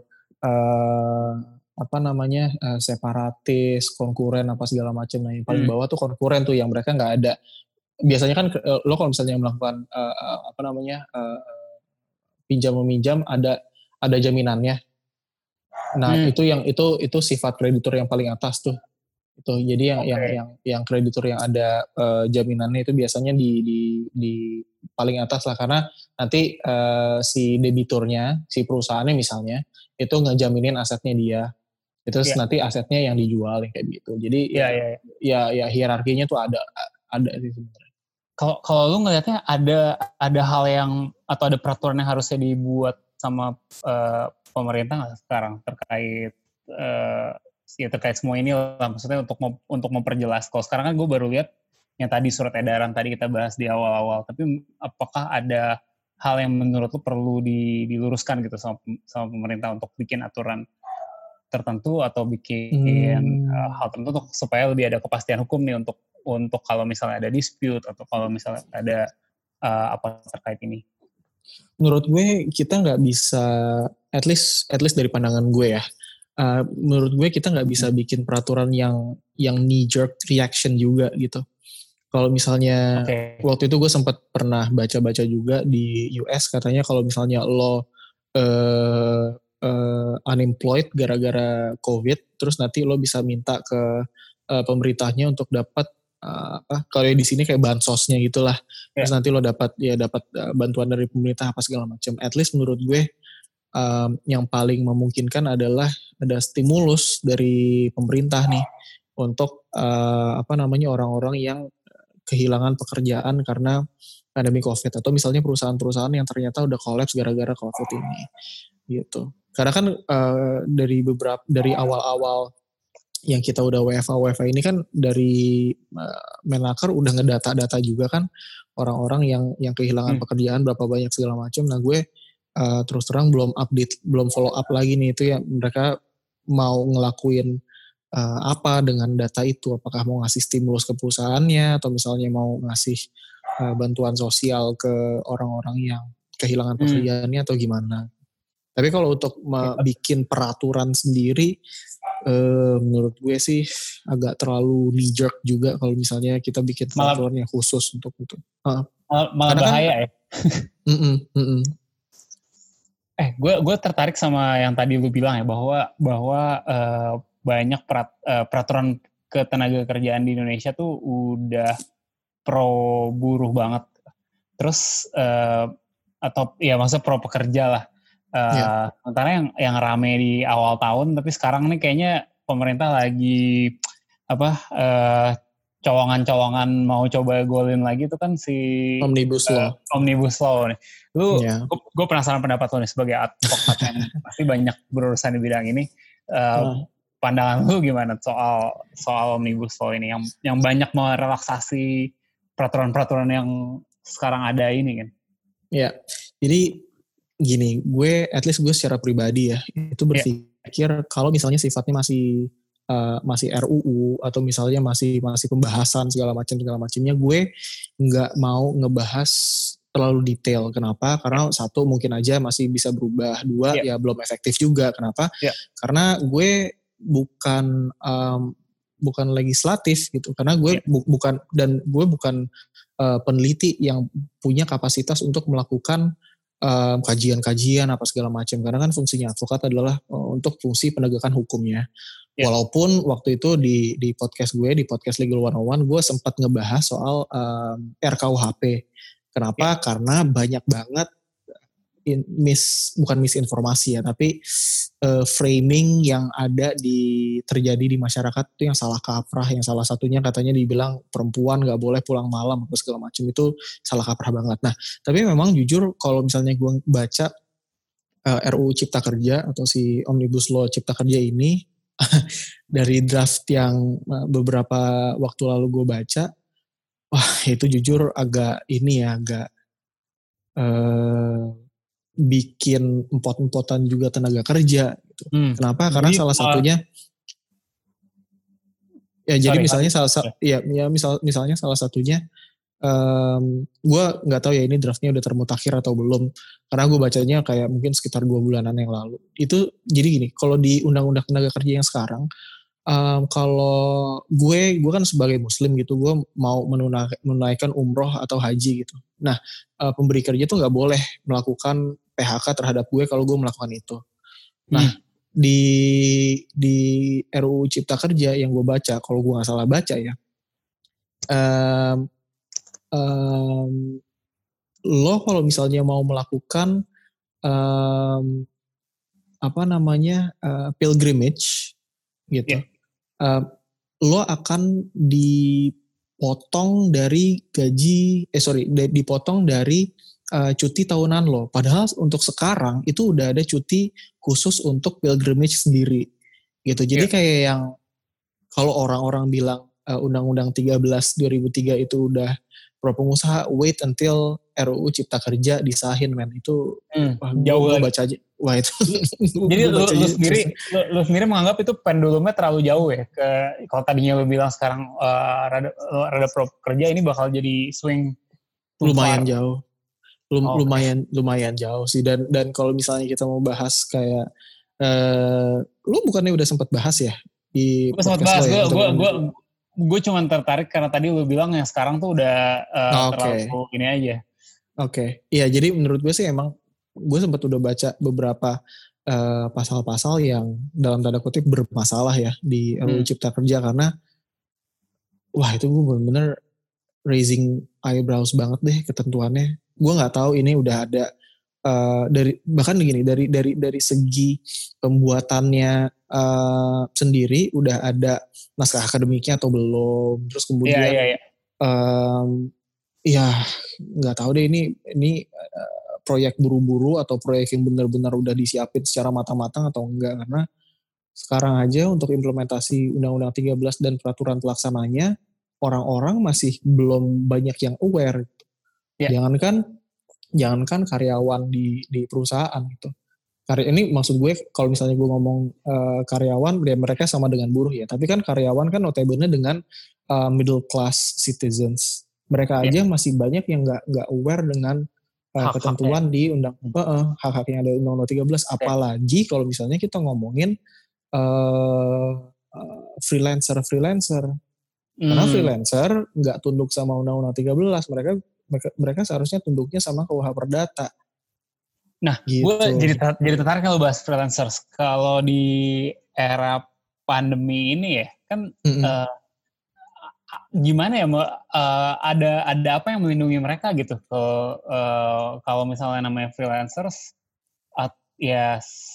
uh, apa namanya uh, separatis, konkuren apa segala macam. Nah yang paling hmm. bawah tuh konkuren tuh yang mereka nggak ada. Biasanya kan uh, lo kalau misalnya melakukan uh, apa namanya uh, pinjam meminjam ada ada jaminannya. Nah hmm. itu yang itu itu sifat kreditur yang paling atas tuh. Itu jadi yang okay. yang yang yang kreditur yang ada uh, jaminannya itu biasanya di di di paling atas lah karena nanti uh, si debiturnya si perusahaannya misalnya itu ngejaminin asetnya dia terus yeah. nanti asetnya yang dijual kayak gitu jadi yeah, ya, yeah, yeah. ya ya hierarkinya tuh ada ada sih sebenarnya. Kalau kalau lu ngelihatnya ada ada hal yang atau ada peraturan yang harusnya dibuat sama uh, pemerintah nggak sekarang terkait uh, ya terkait semua ini lah, maksudnya untuk untuk memperjelas. Kalau sekarang kan gue baru lihat yang tadi surat edaran tadi kita bahas di awal-awal, tapi apakah ada hal yang menurut lu perlu diluruskan gitu sama, sama pemerintah untuk bikin aturan tertentu atau bikin hmm. uh, hal tertentu untuk supaya lebih ada kepastian hukum nih untuk untuk kalau misalnya ada dispute atau kalau misalnya ada uh, apa terkait ini? Menurut gue kita nggak bisa, at least at least dari pandangan gue ya. Uh, menurut gue kita nggak bisa bikin peraturan yang yang knee jerk reaction juga gitu. Kalau misalnya okay. waktu itu gue sempat pernah baca-baca juga di U S katanya kalau misalnya lo uh, uh, unemployed gara-gara COVID, terus nanti lo bisa minta ke uh, pemerintahnya untuk dapat uh, apa? Kalau di sini kayak bansosnya gitulah. Yeah. Terus nanti lo dapat ya dapat uh, bantuan dari pemerintah apa segala macam. At least menurut gue um, yang paling memungkinkan adalah ada stimulus dari pemerintah nih untuk uh, apa namanya orang-orang yang kehilangan pekerjaan karena pandemi COVID atau misalnya perusahaan-perusahaan yang ternyata udah kolaps gara-gara COVID ini gitu. Karena kan uh, dari beberapa dari awal-awal yang kita udah W F H W F H ini kan dari uh, Menaker udah ngedata-data juga kan orang-orang yang yang kehilangan hmm. pekerjaan berapa banyak segala macam. Nah gue uh, terus terang belum update, belum follow up lagi nih itu ya mereka mau ngelakuin uh, apa dengan data itu, apakah mau ngasih stimulus ke perusahaannya atau misalnya mau ngasih uh, bantuan sosial ke orang-orang yang kehilangan pekerjaannya hmm. atau gimana. Tapi kalau untuk me- bikin peraturan sendiri uh, menurut gue sih agak terlalu knee jerk juga kalau misalnya kita bikin peraturan yang khusus untuk itu. Uh, malah bahaya kan, ya. mm-mm, mm-mm. Eh, gue gue tertarik sama yang tadi lu bilang ya bahwa bahwa uh, banyak perat, uh, peraturan ketenagakerjaan di Indonesia tuh udah pro buruh banget. Terus uh, atau ya maksudnya pro pekerja lah. Uh, yeah. Sementara yang yang rame di awal tahun, tapi sekarang nih kayaknya pemerintah lagi apa uh, colongan-colongan mau coba golin lagi itu kan si Omnibus uh, Law. Omnibus Law nih. Lu, yeah. gue penasaran pendapat lo nih sebagai advokat yang pasti banyak berurusan di bidang ini. Uh, nah. Pandangan lu gimana soal soal Omnibus Law ini yang yang banyak merelaksasi peraturan-peraturan yang sekarang ada ini kan? Ya, jadi gini, gue at least gue secara pribadi ya itu berpikir yeah. kalau misalnya sifatnya masih uh, masih R U U atau misalnya masih masih pembahasan segala macam segala macamnya, gue nggak mau ngebahas terlalu detail. Kenapa? Karena satu mungkin aja masih bisa berubah, dua yeah. ya belum efektif juga. Kenapa? Yeah. Karena gue bukan um, bukan legislatif gitu, karena gue yeah. bu, bukan dan gue bukan uh, peneliti yang punya kapasitas untuk melakukan uh, kajian-kajian apa segala macam, karena kan fungsinya advokat adalah uh, untuk fungsi penegakan hukumnya. Yeah. Walaupun waktu itu di di podcast gue, di podcast Legal one oh one, gue sempat ngebahas soal um, R K U H P. Kenapa? Yeah. Karena banyak banget in, mis bukan misinformasi ya, tapi uh, framing yang ada di terjadi di masyarakat itu yang salah kaprah, yang salah satunya katanya dibilang perempuan nggak boleh pulang malam atau segala macam, itu salah kaprah banget. Nah, tapi memang jujur kalau misalnya gue baca uh, R U U Cipta Kerja atau si Omnibus Law Cipta Kerja ini dari draft yang uh, beberapa waktu lalu gue baca, wah itu jujur agak ini ya, agak uh, bikin empot-empotan juga tenaga kerja gitu. Hmm. Kenapa? Karena jadi, salah satunya uh, ya sorry, jadi misalnya salah satu ya, ya misal misalnya salah satunya um, gue nggak tahu ya ini draftnya udah termutakhir atau belum, karena gue bacanya kayak mungkin sekitar dua bulanan yang lalu. Itu jadi gini, kalau di undang-undang tenaga kerja yang sekarang, um, kalau gue gue kan sebagai muslim gitu, gue mau menunaikan umroh atau haji gitu. Nah, uh, pemberi kerja tuh nggak boleh melakukan P H K terhadap gue kalau gue melakukan itu. Nah, hmm. di di R U U Cipta Kerja yang gue baca, kalau gue nggak salah baca ya, um, um, lo kalau misalnya mau melakukan um, apa namanya uh, pilgrimage gitu, yeah. uh, lo akan dipotong dari gaji, eh sorry, dipotong dari Uh, cuti tahunan lo. Padahal untuk sekarang itu udah ada cuti khusus untuk pilgrimage sendiri gitu. Jadi yeah. kayak yang kalau orang-orang bilang uh, Undang-Undang tiga belas dua ribu tiga itu udah pro pengusaha, wait until R U U Cipta Kerja disahin, men. Itu hmm, wah, jauh gue baca aja. Wah itu. Jadi lu, lu sendiri lu, lu sendiri menganggap itu pendulumnya terlalu jauh ya, ke kalau tadinya lu bilang sekarang uh, rada, rada pro kerja, ini bakal jadi swing lumayan far. Jauh. Lum, oh, lumayan okay. lumayan jauh sih, dan dan kalau misalnya kita mau bahas kayak uh, lu bukannya udah sempat bahas ya di gue sempat bahas, gue gue gue gue cuma tertarik karena tadi lu bilang yang sekarang tuh udah uh, okay. terlalu ini aja. Oke, okay. Iya jadi menurut gue sih emang gue sempat udah baca beberapa uh, pasal-pasal yang dalam tanda kutip bermasalah ya di R U U hmm. Cipta Kerja, karena wah itu gue bener-bener raising eyebrows banget deh ketentuannya. Gue nggak tahu ini udah ada uh, dari bahkan begini dari dari dari segi pembuatannya uh, sendiri udah ada naskah akademiknya atau belum, terus kemudian yeah, yeah, yeah. Um, ya nggak tahu deh ini ini uh, proyek buru-buru atau proyek yang benar-benar udah disiapin secara matang-matang atau enggak, karena sekarang aja untuk implementasi Undang-Undang tiga belas dan peraturan pelaksananya orang-orang masih belum banyak yang aware. Yeah. Jangankan jangankan karyawan di di perusahaan gitu. Karya ini maksud gue kalau misalnya gue ngomong uh, karyawan, ya mereka sama dengan buruh ya. Tapi kan karyawan kan notabene dengan uh, middle class citizens. Mereka yeah. aja masih banyak yang nggak nggak aware dengan uh, ketentuan di undang uh, uh, hak-hak yang ada Undang-Undang tiga belas. Okay. Apalagi kalau misalnya kita ngomongin uh, uh, freelancer-freelancer. Hmm. Karena freelancer nggak tunduk sama Undang-Undang tiga belas. Mereka mereka, mereka seharusnya tunduknya sama K U H Perdata. Nah, gitu. Gue jadi jadi tertarik kalau bahas freelancers. Kalau di era pandemi ini ya, kan mm-hmm. uh, gimana ya? Uh, ada ada apa yang melindungi mereka gitu? Kalau uh, kalau misalnya namanya freelancers, uh, ya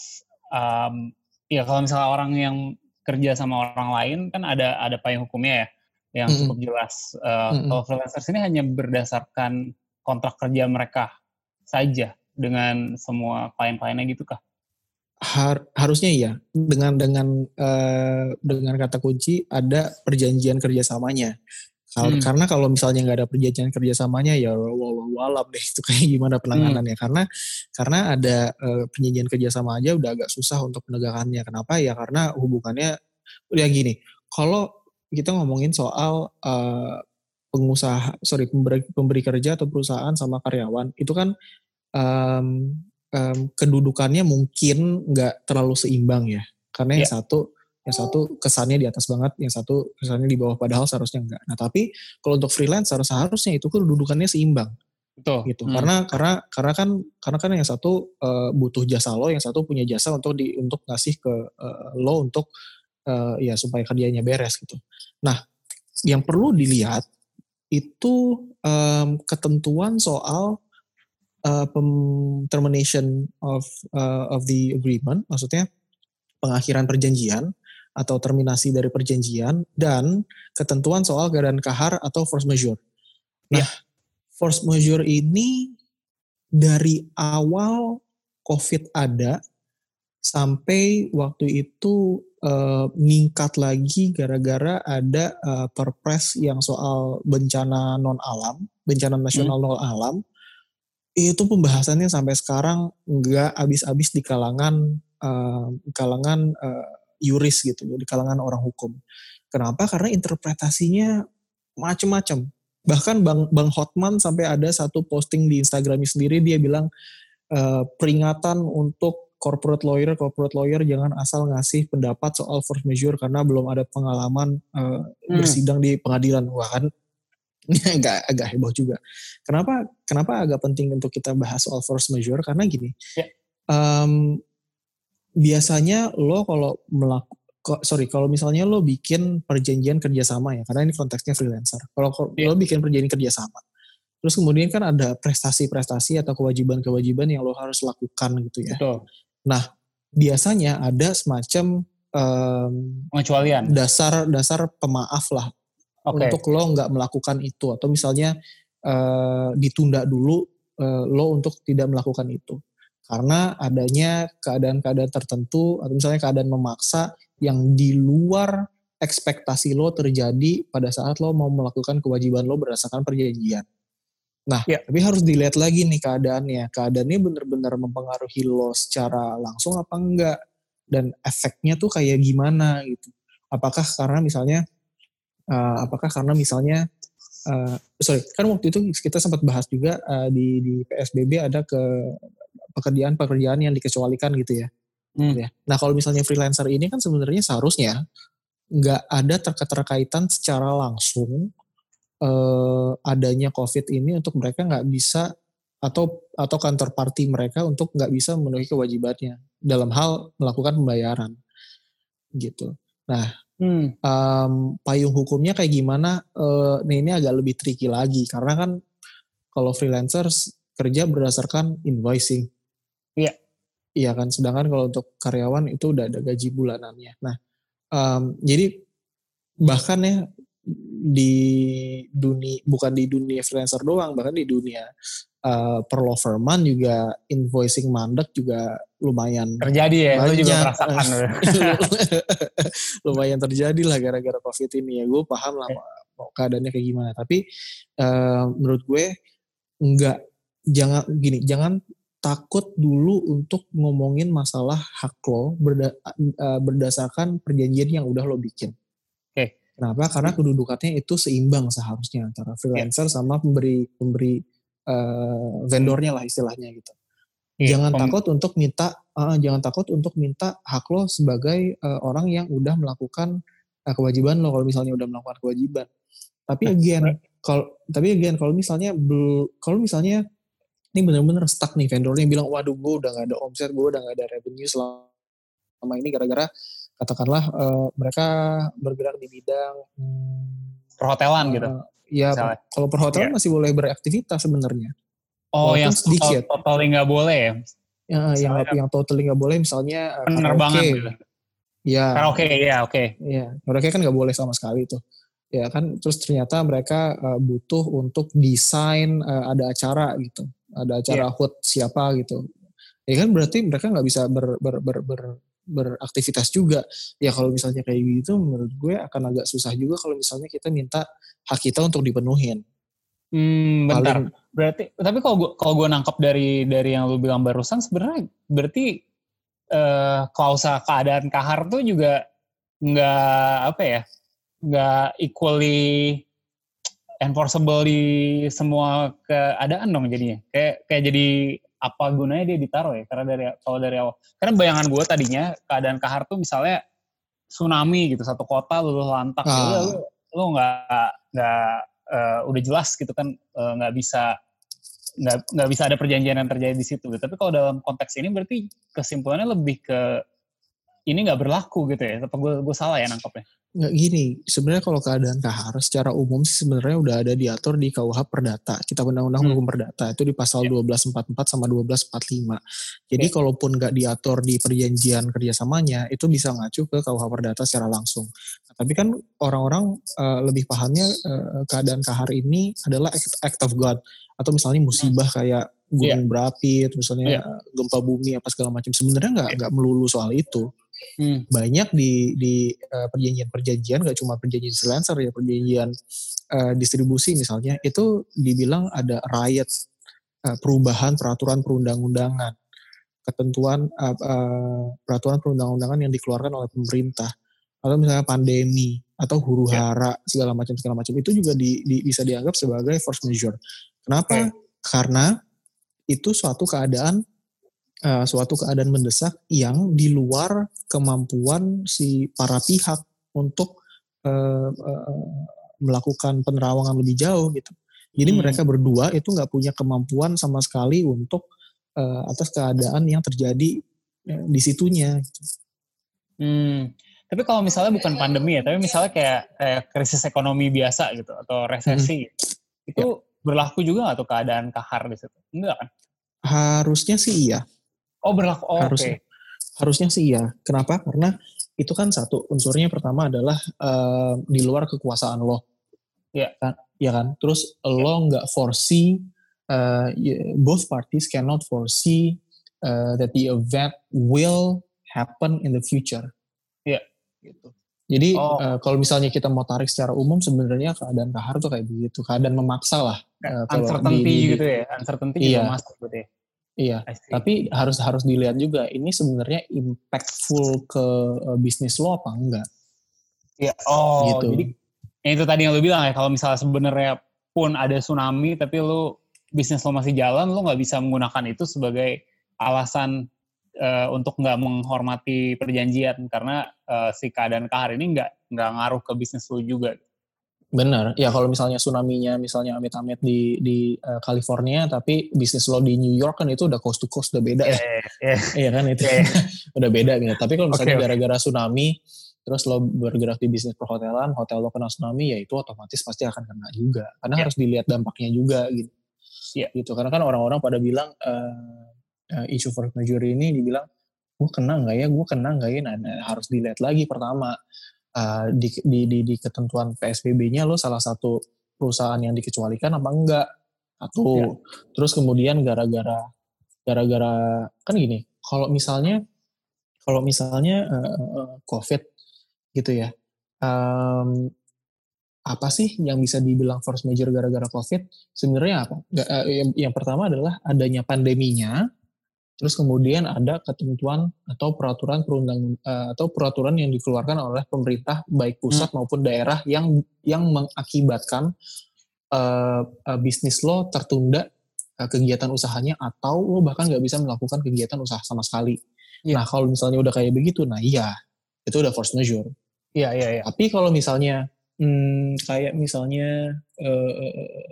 um, ya kalau misalnya orang yang kerja sama orang lain kan ada ada payung hukumnya ya, yang mm-hmm. cukup jelas. Uh, mm-hmm. Kalau freelancers ini hanya berdasarkan kontrak kerja mereka saja dengan semua klien-kliennya gitu kah? Har, harusnya iya. Dengan dengan uh, dengan kata kunci ada perjanjian kerjasamanya. Hmm. Karena kalau misalnya nggak ada perjanjian kerjasamanya ya wallahu alam deh itu kayak gimana penanganannya. Hmm. Karena karena ada uh, perjanjian kerjasama aja udah agak susah untuk penegakannya. Kenapa ya? Karena hubungannya ya gini. Kalau kita ngomongin soal uh, pengusaha, sorry pemberi, pemberi kerja atau perusahaan sama karyawan itu kan Um, um, kedudukannya mungkin nggak terlalu seimbang ya, karena yang yeah. satu Yang satu kesannya di atas banget, yang satu kesannya di bawah, padahal seharusnya enggak. Nah tapi kalau untuk freelancer seharusnya itu kedudukannya seimbang. Betul. Gitu. Hmm. Karena karena karena kan karena kan yang satu uh, butuh jasa lo, yang satu punya jasa untuk di untuk ngasih ke uh, lo untuk uh, ya supaya kerjanya beres gitu. Nah, yang perlu dilihat itu um, ketentuan soal uh, termination of uh, of the agreement, maksudnya pengakhiran perjanjian atau terminasi dari perjanjian, dan ketentuan soal keadaan kahar atau force majeure. Nah, yeah. Force majeure ini dari awal COVID ada sampai waktu itu uh, meningkat lagi gara-gara ada uh, perpres yang soal bencana non alam, bencana nasional hmm. non alam. Itu pembahasannya sampai sekarang nggak habis-habis di kalangan uh, kalangan uh, yuris gitu, di kalangan orang hukum. Kenapa? Karena interpretasinya macam-macam. Bahkan Bang Bang Hotman sampai ada satu posting di Instagramnya sendiri, dia bilang uh, peringatan untuk corporate lawyer, corporate lawyer jangan asal ngasih pendapat soal force majeure karena belum ada pengalaman uh, hmm. bersidang di pengadilan. Wah kan, ini agak agak heboh juga. Kenapa kenapa agak penting untuk kita bahas soal force majeure? Karena gini, yeah. um, biasanya lo kalau melakukan sorry, kalau misalnya lo bikin perjanjian kerjasama ya, karena ini konteksnya freelancer. Kalau yeah. lo bikin perjanjian kerjasama, terus kemudian kan ada prestasi-prestasi atau kewajiban-kewajiban yang lo harus lakukan gitu ya. Betul. Nah, biasanya ada semacam um, pengecualian, dasar-dasar pemaaf lah okay. untuk lo nggak melakukan itu, atau misalnya uh, ditunda dulu uh, lo untuk tidak melakukan itu. Karena adanya keadaan-keadaan tertentu, atau misalnya keadaan memaksa yang di luar ekspektasi lo terjadi pada saat lo mau melakukan kewajiban lo berdasarkan perjanjian. Nah, ya. Tapi harus dilihat lagi nih keadaannya. Keadaannya benar-benar mempengaruhi lo secara langsung apa enggak? Dan efeknya tuh kayak gimana gitu. Apakah karena misalnya, uh, apakah karena misalnya, uh, sorry, kan waktu itu kita sempat bahas juga uh, di, di P S B B ada ke pekerjaan-pekerjaan yang dikecualikan gitu ya. Hmm. Nah kalau misalnya freelancer ini kan sebenarnya seharusnya nggak ada keterkaitan secara langsung eh, adanya COVID ini untuk mereka nggak bisa atau atau kantor party mereka untuk nggak bisa memenuhi kewajibannya dalam hal melakukan pembayaran gitu. Nah hmm. um, payung hukumnya kayak gimana? Uh, nah ini agak lebih tricky lagi karena kan kalau freelancers kerja berdasarkan invoicing. Iya. Iya kan, sedangkan kalau untuk karyawan itu udah ada gaji bulanannya. Nah, um, jadi bahkan ya di dunia, bukan di dunia freelancer doang, bahkan di dunia uh, per law firman juga invoicing mandek juga lumayan terjadi ya, banyak. Lu juga merasakan. Lumayan terjadi lah gara-gara COVID ini ya, gue paham lah mau keadaannya kayak gimana. Tapi uh, menurut gue enggak, jangan gini, jangan takut dulu untuk ngomongin masalah hak lo berda, uh, berdasarkan perjanjian yang udah lo bikin. Oke. Okay. Kenapa? Karena kedudukannya itu seimbang seharusnya antara freelancer yeah. sama pemberi pemberi uh, vendornya lah istilahnya gitu. Yeah. Jangan Pem- takut untuk minta, uh, jangan takut untuk minta hak lo sebagai uh, orang yang udah melakukan uh, kewajiban lo kalau misalnya udah melakukan kewajiban. Tapi again, kalau tapi again kalau misalnya kalau misalnya ini benar-benar stuck nih vendornya bilang, waduh gue udah gak ada omset, gue udah gak ada revenue selama ini gara-gara katakanlah uh, mereka bergerak di bidang perhotelan uh, gitu. Ya kalau perhotelan yeah. masih boleh beraktivitas sebenarnya. Oh yang sedikit. Totally gak boleh ya? Ya yang, yang totally gak boleh misalnya penerbangan karaoke. Gitu. Ya. Karaoke ya oke. Okay. Ya karaoke kan gak boleh sama sekali tuh. Ya kan terus ternyata mereka uh, butuh untuk desain uh, ada acara gitu. Ada acara yeah. H U T siapa gitu. Ya kan berarti mereka nggak bisa ber, ber, ber, ber, beraktivitas juga. Ya kalau misalnya kayak gitu menurut gue akan agak susah juga kalau misalnya kita minta hak kita untuk dipenuhin. Hmm, bentar. Paling, berarti tapi kalau gue kalau gue nangkap dari dari yang lu bilang barusan sebenarnya berarti uh, klausa keadaan kahar tuh juga nggak apa ya? Nggak equally enforceable di semua keadaan dong jadinya. Kayak kayak jadi apa gunanya dia ditaruh ya? Karena dari kalau dari awal. Karena bayangan gue tadinya keadaan kahar tuh misalnya tsunami gitu, satu kota luluh lantak, ya udah Ah, lu lu nggak nggak uh, udah jelas gitu kan uh, nggak bisa nggak nggak bisa ada perjanjian yang terjadi di situ. Gitu. Tapi kalau dalam konteks ini berarti kesimpulannya lebih ke ini nggak berlaku gitu ya? Apa gue gue salah ya nangkapnya? nggak gini, sebenarnya kalau keadaan kahar secara umum sih sebenarnya udah ada diatur di K U H Perdata, Kitab Undang-Undang Hmm. Hukum Perdata, itu di pasal Ya. dua belas empat puluh empat sama dua belas empat puluh lima. Jadi Ya. kalaupun nggak diatur di perjanjian kerjasamanya, itu bisa ngacu ke K U H Perdata secara langsung. Nah, tapi kan orang-orang uh, lebih pahamnya uh, keadaan kahar ini adalah act, act of God, atau misalnya musibah hmm. kayak gunung yeah. berapi, atau misalnya yeah. gempa bumi apa segala macam. Sebenarnya nggak nggak yeah. melulu soal itu. Hmm. Banyak di di uh, perjanjian-perjanjian, nggak cuma perjanjian freelancer ya, perjanjian uh, distribusi misalnya, itu dibilang ada riot, uh, perubahan peraturan perundang-undangan, ketentuan uh, uh, peraturan perundang-undangan yang dikeluarkan oleh pemerintah, atau misalnya pandemi atau huru hara segala macam segala macam, itu juga di, di, bisa dianggap sebagai force majeure. Kenapa? Okay. Karena itu suatu keadaan Uh, suatu keadaan mendesak yang di luar kemampuan si para pihak untuk uh, uh, melakukan penerawangan lebih jauh gitu. Jadi hmm. mereka berdua itu nggak punya kemampuan sama sekali untuk uh, atas keadaan yang terjadi uh, di situnya. Gitu. Hmm. Tapi kalau misalnya bukan pandemi ya, tapi misalnya kayak, kayak krisis ekonomi biasa gitu atau resesi, hmm. itu ya. Berlaku juga nggak tuh keadaan kahar di situ? Enggak kan? Harusnya sih iya. Oh berlaku, oh, harusnya, okay. harusnya sih iya. Kenapa? Karena itu kan satu unsurnya pertama adalah uh, di luar kekuasaan lo, ya, kan? Ya kan. Terus yeah. lo nggak foresee, uh, both parties cannot foresee uh, that the event will happen in the future. Iya. Yeah. Gitu. Jadi oh. uh, kalau misalnya kita mau tarik secara umum sebenarnya keadaan kahar tuh kayak begitu, keadaan memaksa lah. Uh, uncertainty di, di, gitu ya, uncertainty iya. Juga masuk gitu ya. Iya, tapi harus harus dilihat juga ini sebenarnya impactful ke uh, bisnis lo apa enggak? Iya, oh gitu. Jadi itu tadi yang lo bilang ya, kalau misalnya sebenarnya pun ada tsunami tapi lo bisnis lo masih jalan, lo nggak bisa menggunakan itu sebagai alasan uh, untuk nggak menghormati perjanjian karena uh, si keadaan kahar ini nggak nggak ngaruh ke bisnis lo juga. Benar, ya kalau misalnya tsunami-nya misalnya amit-amit di di uh, California, tapi bisnis lo di New York kan itu udah coast to coast, udah beda yeah, ya, yeah, iya kan itu yeah. udah beda gitu. Tapi kalau misalnya okay, gara-gara tsunami, terus lo bergerak di bisnis perhotelan, hotel lo kena tsunami, ya itu otomatis pasti akan kena juga, karena yeah. harus dilihat dampaknya juga gitu. Yeah. Gitu, karena kan orang-orang pada bilang uh, uh, isu force majeure ini dibilang, gue kena nggak ya, gue kena nggak ya, nah, nah harus dilihat lagi pertama. Uh, di, di, di, di ketentuan P S B B-nya lo salah satu perusahaan yang dikecualikan apa enggak atau ya. Terus kemudian gara-gara gara-gara kan gini, kalau misalnya kalau misalnya uh, COVID gitu ya, um, apa sih yang bisa dibilang force majeure gara-gara COVID? Sebenarnya apa? Uh, yang, yang pertama adalah adanya pandeminya. Terus kemudian ada ketentuan atau peraturan perundang uh, atau peraturan yang dikeluarkan oleh pemerintah baik pusat hmm. maupun daerah yang yang mengakibatkan uh, uh, bisnis lo tertunda uh, kegiatan usahanya atau lo bahkan nggak bisa melakukan kegiatan usaha sama sekali. Yeah. Nah kalau misalnya udah kayak begitu, nah iya itu udah force majeure. Iya yeah, iya. Yeah, yeah. Tapi kalau misalnya hmm, kayak misalnya uh, uh,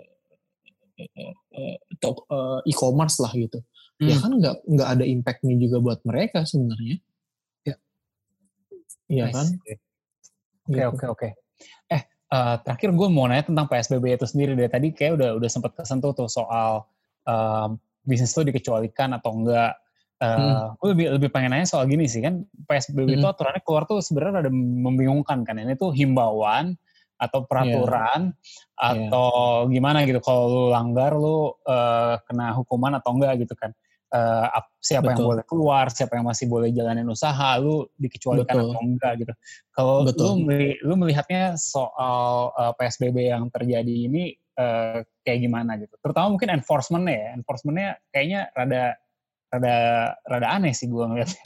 uh, uh, uh, e-commerce lah gitu. Hmm. Ya kan nggak nggak ada impact-nya juga buat mereka sebenarnya. Ya. Iya nice. Kan? Oke oke oke. Eh uh, terakhir gue mau nanya tentang P S B B itu sendiri. Dari tadi kayak udah udah sempat kesentuh tuh soal um, bisnis lo dikecualikan atau enggak. Uh, hmm. Gue lebih lebih pengen nanya soal gini sih kan P S B B hmm. itu aturannya keluar tuh sebenarnya ada membingungkan kan. Ini tuh himbauan atau peraturan yeah. atau yeah. gimana gitu. Kalau lu langgar lu uh, kena hukuman atau enggak gitu kan. Uh, siapa Betul. Yang boleh keluar, siapa yang masih boleh jalanin usaha, lu dikecualikan Betul. Atau enggak gitu. Kalau lu, lu melihatnya soal uh, P S B B yang terjadi ini uh, kayak gimana gitu. Terutama mungkin enforcement-nya ya. Enforcement-nya kayaknya rada rada rada aneh sih gue ngeliatnya.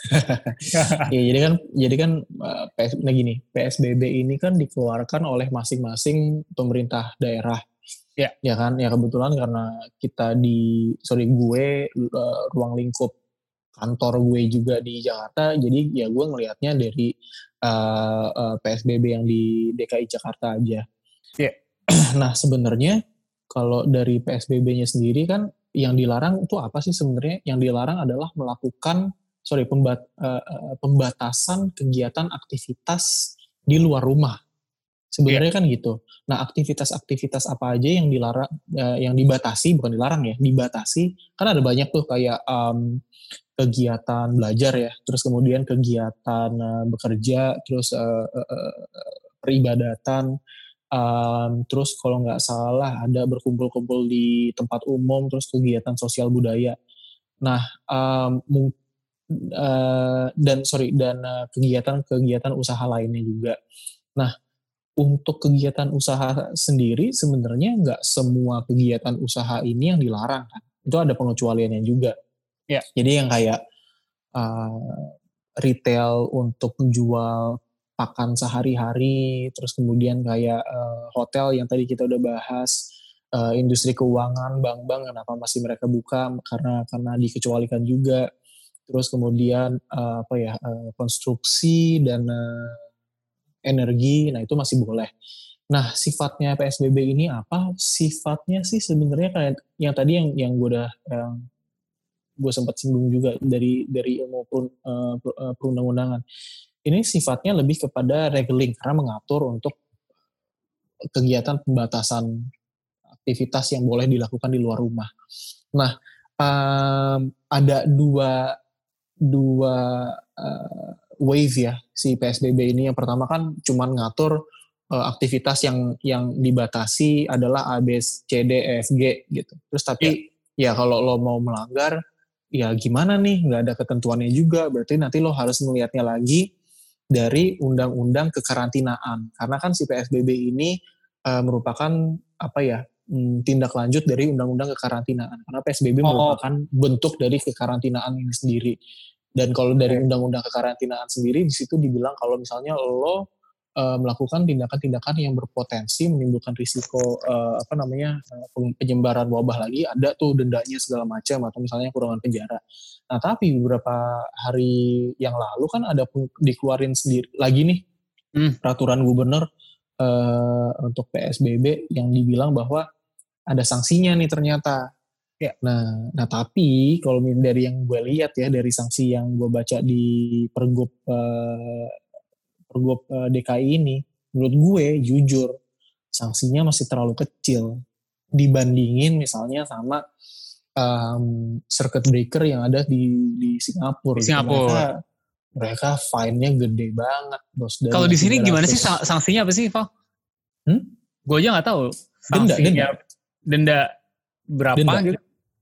Ya jadi kan jadi kan P S, nah gini, P S B B ini kan dikeluarkan oleh masing-masing pemerintah daerah. Ya, ya kan, ya kebetulan karena kita di sorry gue uh, ruang lingkup kantor gue juga di Jakarta, jadi ya gue ngelihatnya dari uh, uh, P S B B yang di D K I Jakarta aja. Yeah. Nah sebenarnya kalau dari P S B B-nya sendiri kan yang dilarang itu apa sih sebenarnya? Yang dilarang adalah melakukan sorry pembat, uh, pembatasan kegiatan aktivitas di luar rumah. Sebenarnya yeah. kan gitu. Nah aktivitas-aktivitas apa aja yang dilarang, uh, yang dibatasi, bukan dilarang ya, dibatasi. Kan ada banyak tuh kayak um, kegiatan belajar ya, terus kemudian kegiatan uh, bekerja, terus uh, uh, uh, peribadatan, um, terus kalau nggak salah ada berkumpul-kumpul di tempat umum, terus kegiatan sosial budaya. Nah um, uh, dan sorry dan uh, kegiatan-kegiatan usaha lainnya juga. Nah untuk kegiatan usaha sendiri sebenarnya nggak semua kegiatan usaha ini yang dilarang kan. Itu ada pengecualiannya juga. Ya. Jadi yang kayak uh, retail untuk menjual pakan sehari-hari, terus kemudian kayak uh, hotel yang tadi kita udah bahas, uh, industri keuangan, bank-bank kenapa masih mereka buka karena karena dikecualikan juga. Terus kemudian uh, apa ya uh, konstruksi dan uh, energi, nah itu masih boleh. Nah sifatnya P S B B ini apa? Sifatnya sih sebenarnya kayak yang tadi yang yang gue udah yang gue sempat singgung juga dari dari ilmu per, uh, perundang-undangan. Ini sifatnya lebih kepada regeling karena mengatur untuk kegiatan pembatasan aktivitas yang boleh dilakukan di luar rumah. Nah, um, ada dua dua uh, wave ya si P S B B ini. Yang pertama kan cuman ngatur uh, aktivitas yang yang dibatasi adalah A, B, C, D, E, F, G gitu. Terus tapi ya, ya kalau lo mau melanggar ya gimana nih, nggak ada ketentuannya juga, berarti nanti lo harus melihatnya lagi dari undang-undang kekarantinaan, karena kan si P S B B ini uh, merupakan apa ya hmm, tindak lanjut dari undang-undang kekarantinaan, karena P S B B oh. merupakan bentuk dari kekarantinaan ini sendiri. Dan kalau dari okay. undang-undang kekarantinaan sendiri di situ dibilang kalau misalnya lo uh, melakukan tindakan-tindakan yang berpotensi menimbulkan risiko uh, apa namanya uh, penyebaran wabah lagi, ada tuh dendanya segala macam atau misalnya kurungan penjara. Nah tapi beberapa hari yang lalu kan ada dikeluarin sendiri lagi nih hmm. peraturan gubernur uh, untuk P S B B yang dibilang bahwa ada sanksinya nih ternyata. Ya. Nah, nah tapi kalau dari yang gue lihat ya dari sanksi yang gue baca di Pergub uh, Pergub uh, D K I ini, menurut gue jujur sanksinya masih terlalu kecil dibandingin misalnya sama um, circuit breaker yang ada di di Singapura. Di Singapura. Mereka, mereka fine-nya gede banget, bos. Kalau di sini gimana sih sanksinya apa sih, Val? Hmm? Gue aja nggak tahu. Denda, denda. Denda berapa denda. Gitu?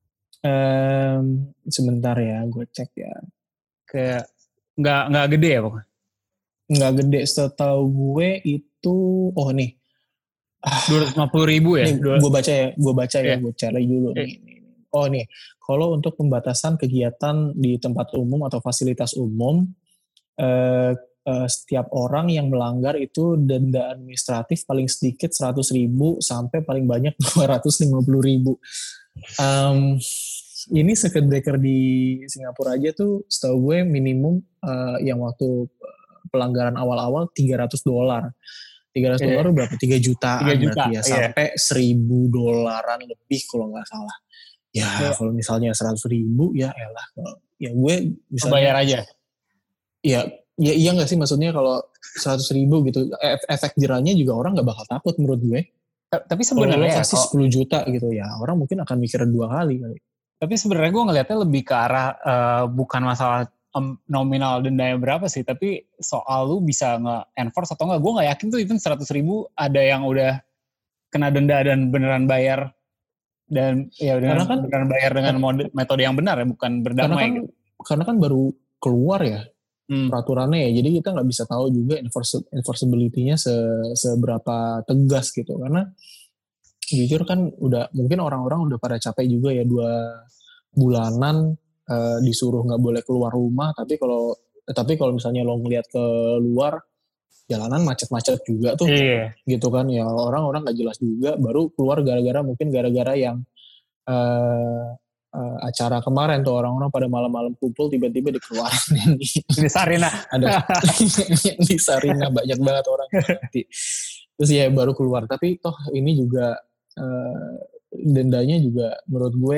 Um, sebentar ya, gue cek ya. Kayak nggak nggak gede ya pokoknya. Nggak gede, setahu gue itu, oh nih. dua ratus lima puluh ribu ya? Gue baca ya, gue baca ya, yeah. gue cari dulu yeah. nih. Oh nih, kalau untuk pembatasan kegiatan di tempat umum atau fasilitas umum, eh, eh, setiap orang yang melanggar itu denda administratif paling sedikit seratus ribu sampai paling banyak dua ratus lima puluh ribu. Um, ini circuit breaker di Singapura aja tuh setahu gue minimum uh, yang waktu pelanggaran awal-awal tiga ratus dolar. tiga ratus yeah. dolar berapa? tiga jutaan tiga juta, berarti ya. Yeah. Sampai seribu dolaran lebih kalau nggak salah. Ya yeah. kalau misalnya seratus ribu ya elah. Ya gue misalnya. Bayar aja. Ya, ya iya nggak sih maksudnya kalau seratus ribu gitu. Efek jerahnya juga orang nggak bakal takut menurut gue. Tapi sebenarnya kalau kasih sepuluh juta gitu ya orang mungkin akan mikir dua kali kali. Tapi sebenarnya gue ngelihatnya lebih ke arah uh, bukan masalah um, nominal dendanya berapa sih, tapi soal lu bisa nge-enforce atau enggak. Gue nggak yakin tuh even seratus ribu ada yang udah kena denda dan beneran bayar dan ya dengan kan, beneran bayar dengan mode, metode yang benar ya, bukan berdamai. Karena kan, gitu. Karena kan baru keluar ya hmm. peraturannya ya, jadi kita nggak bisa tahu juga enforceability-nya se, seberapa tegas gitu. Karena jujur kan udah mungkin orang-orang udah pada capek juga ya dua bulanan uh, disuruh nggak boleh keluar rumah, tapi kalau tapi kalau misalnya lo ngeliat ke luar jalanan macet-macet juga tuh iya. gitu kan ya, orang-orang nggak jelas juga baru keluar gara-gara mungkin gara-gara yang uh, uh, acara kemarin tuh orang-orang pada malam-malam kumpul tiba-tiba dikeluarin di, di Sarina. Ada di Sarina banyak banget orang nanti. Terus ya baru keluar. Tapi toh ini juga uh, dendanya juga menurut gue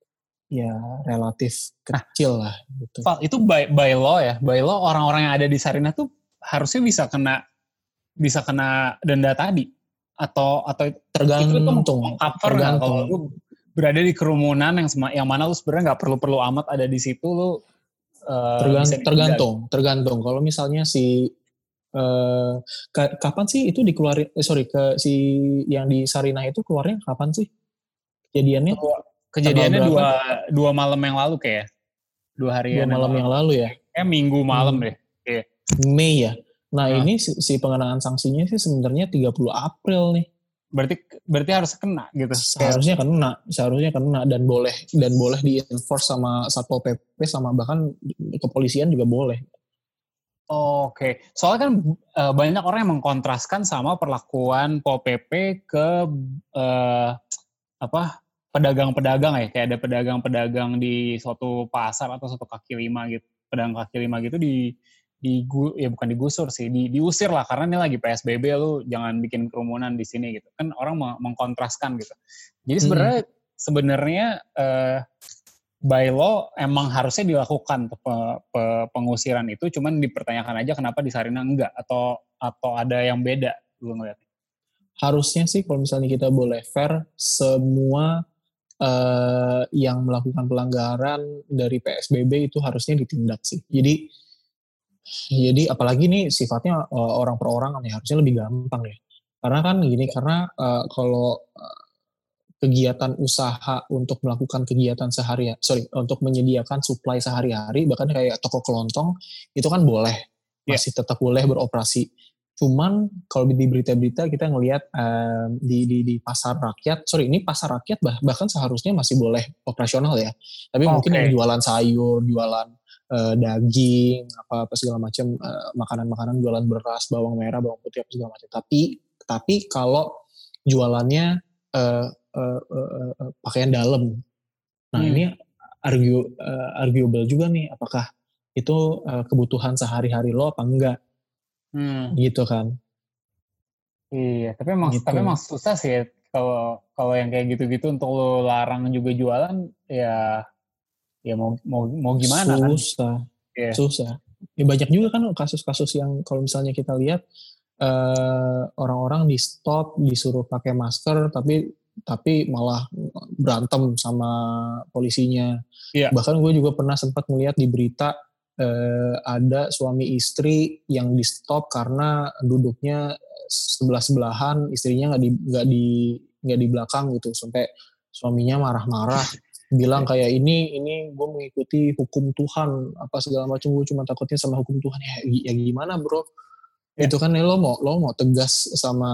ya relatif kecil lah gitu. Val, itu by, by law ya, by law orang-orang yang ada di Sarina tuh harusnya bisa kena bisa kena denda tadi atau atau tergantung itu cover nggak kalau lu berada di kerumunan yang sema, yang mana lu sebenarnya nggak perlu-perlu amat ada di situ lu uh, Tergant, bisa tergantung tergantung kalau misalnya si uh, k- kapan sih itu dikeluarin eh, sorry ke si yang di Sarina itu keluarnya kapan sih kejadiannya? Kejadiannya dua dua malam yang lalu kayak dua hari dua malam yang lalu ya kayak minggu malam hmm. deh kayak. Mei ya. Nah hmm. ini si, si pengenaan sanksinya sih sebenarnya tiga puluh April nih. Berarti berarti harus kena gitu. Seharusnya kena, seharusnya kena dan boleh dan boleh di-enforce sama Satpol P P sama bahkan kepolisian juga boleh. Oke, okay. Soalnya kan uh, banyak orang yang mengkontraskan sama perlakuan Pol P P ke uh, apa pedagang-pedagang ya, kayak ada pedagang-pedagang di suatu pasar atau suatu kaki lima gitu, pedagang kaki lima gitu di di ya bukan digusur sih, di, diusir lah karena ini lagi P S B B, lu jangan bikin kerumunan di sini gitu. Kan orang meng- mengkontraskan gitu. Jadi sebenarnya hmm. sebenarnya uh, by law emang harusnya dilakukan pe, pe, pengusiran itu, cuman dipertanyakan aja kenapa di Sarina enggak atau atau ada yang beda lu ngeliat. Harusnya sih kalau misalnya kita boleh fair, semua uh, yang melakukan pelanggaran dari P S B B itu harusnya ditindak sih. Jadi Jadi apalagi nih sifatnya uh, orang per orang ya harusnya lebih gampang ya. Karena kan gini, karena uh, kalau uh, kegiatan usaha untuk melakukan kegiatan sehari, sorry, untuk menyediakan supply sehari-hari, bahkan kayak toko kelontong, itu kan boleh, masih yeah. tetap boleh beroperasi. Cuman kalau di berita-berita kita ngelihat uh, di, di, di pasar rakyat, sorry ini pasar rakyat bah, bahkan seharusnya masih boleh operasional ya. Tapi okay. mungkin yang jualan sayur, jualan Uh, daging apa apa segala macam uh, makanan-makanan jualan beras bawang merah bawang putih apa segala macam tapi tapi kalau jualannya uh, uh, uh, uh, pakaian dalam nah hmm. ini argue uh, arguable juga nih apakah itu uh, kebutuhan sehari-hari lo apa enggak hmm. gitu kan iya tapi emang gitu. Tapi emang susah sih kalau kalau yang kayak gitu-gitu untuk lo larang juga jualan ya ya mau mau mau gimana susah. kan? Susah, yeah. susah. Ya banyak juga kan kasus-kasus yang kalau misalnya kita lihat uh, orang-orang di stop disuruh pakai masker tapi tapi malah berantem sama polisinya. Yeah. Bahkan gue juga pernah sempat melihat di berita uh, ada suami istri yang di stop karena duduknya sebelah sebelahan, istrinya nggak di nggak di nggak di belakang gitu sampai suaminya marah-marah. Bilang kayak ini ini gue mengikuti hukum Tuhan apa segala macam gue cuma takutnya sama hukum Tuhan ya, ya gimana bro ya. Itu kan ya, lo mau lo mau tegas sama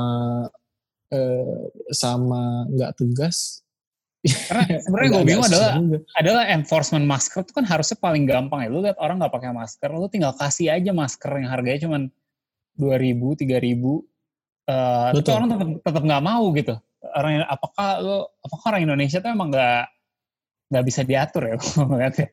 eh, sama nggak tegas karena sebenarnya gue bingung adalah juga. adalah enforcement masker itu kan harusnya paling gampang ya. Lu lihat orang nggak pakai masker lu tinggal kasih aja masker yang harganya cuma dua ribu tiga ribu uh, tapi orang tetap tetap nggak mau gitu. Orang apakah lo apakah orang Indonesia tuh emang nggak nggak bisa diatur ya ngeliatnya.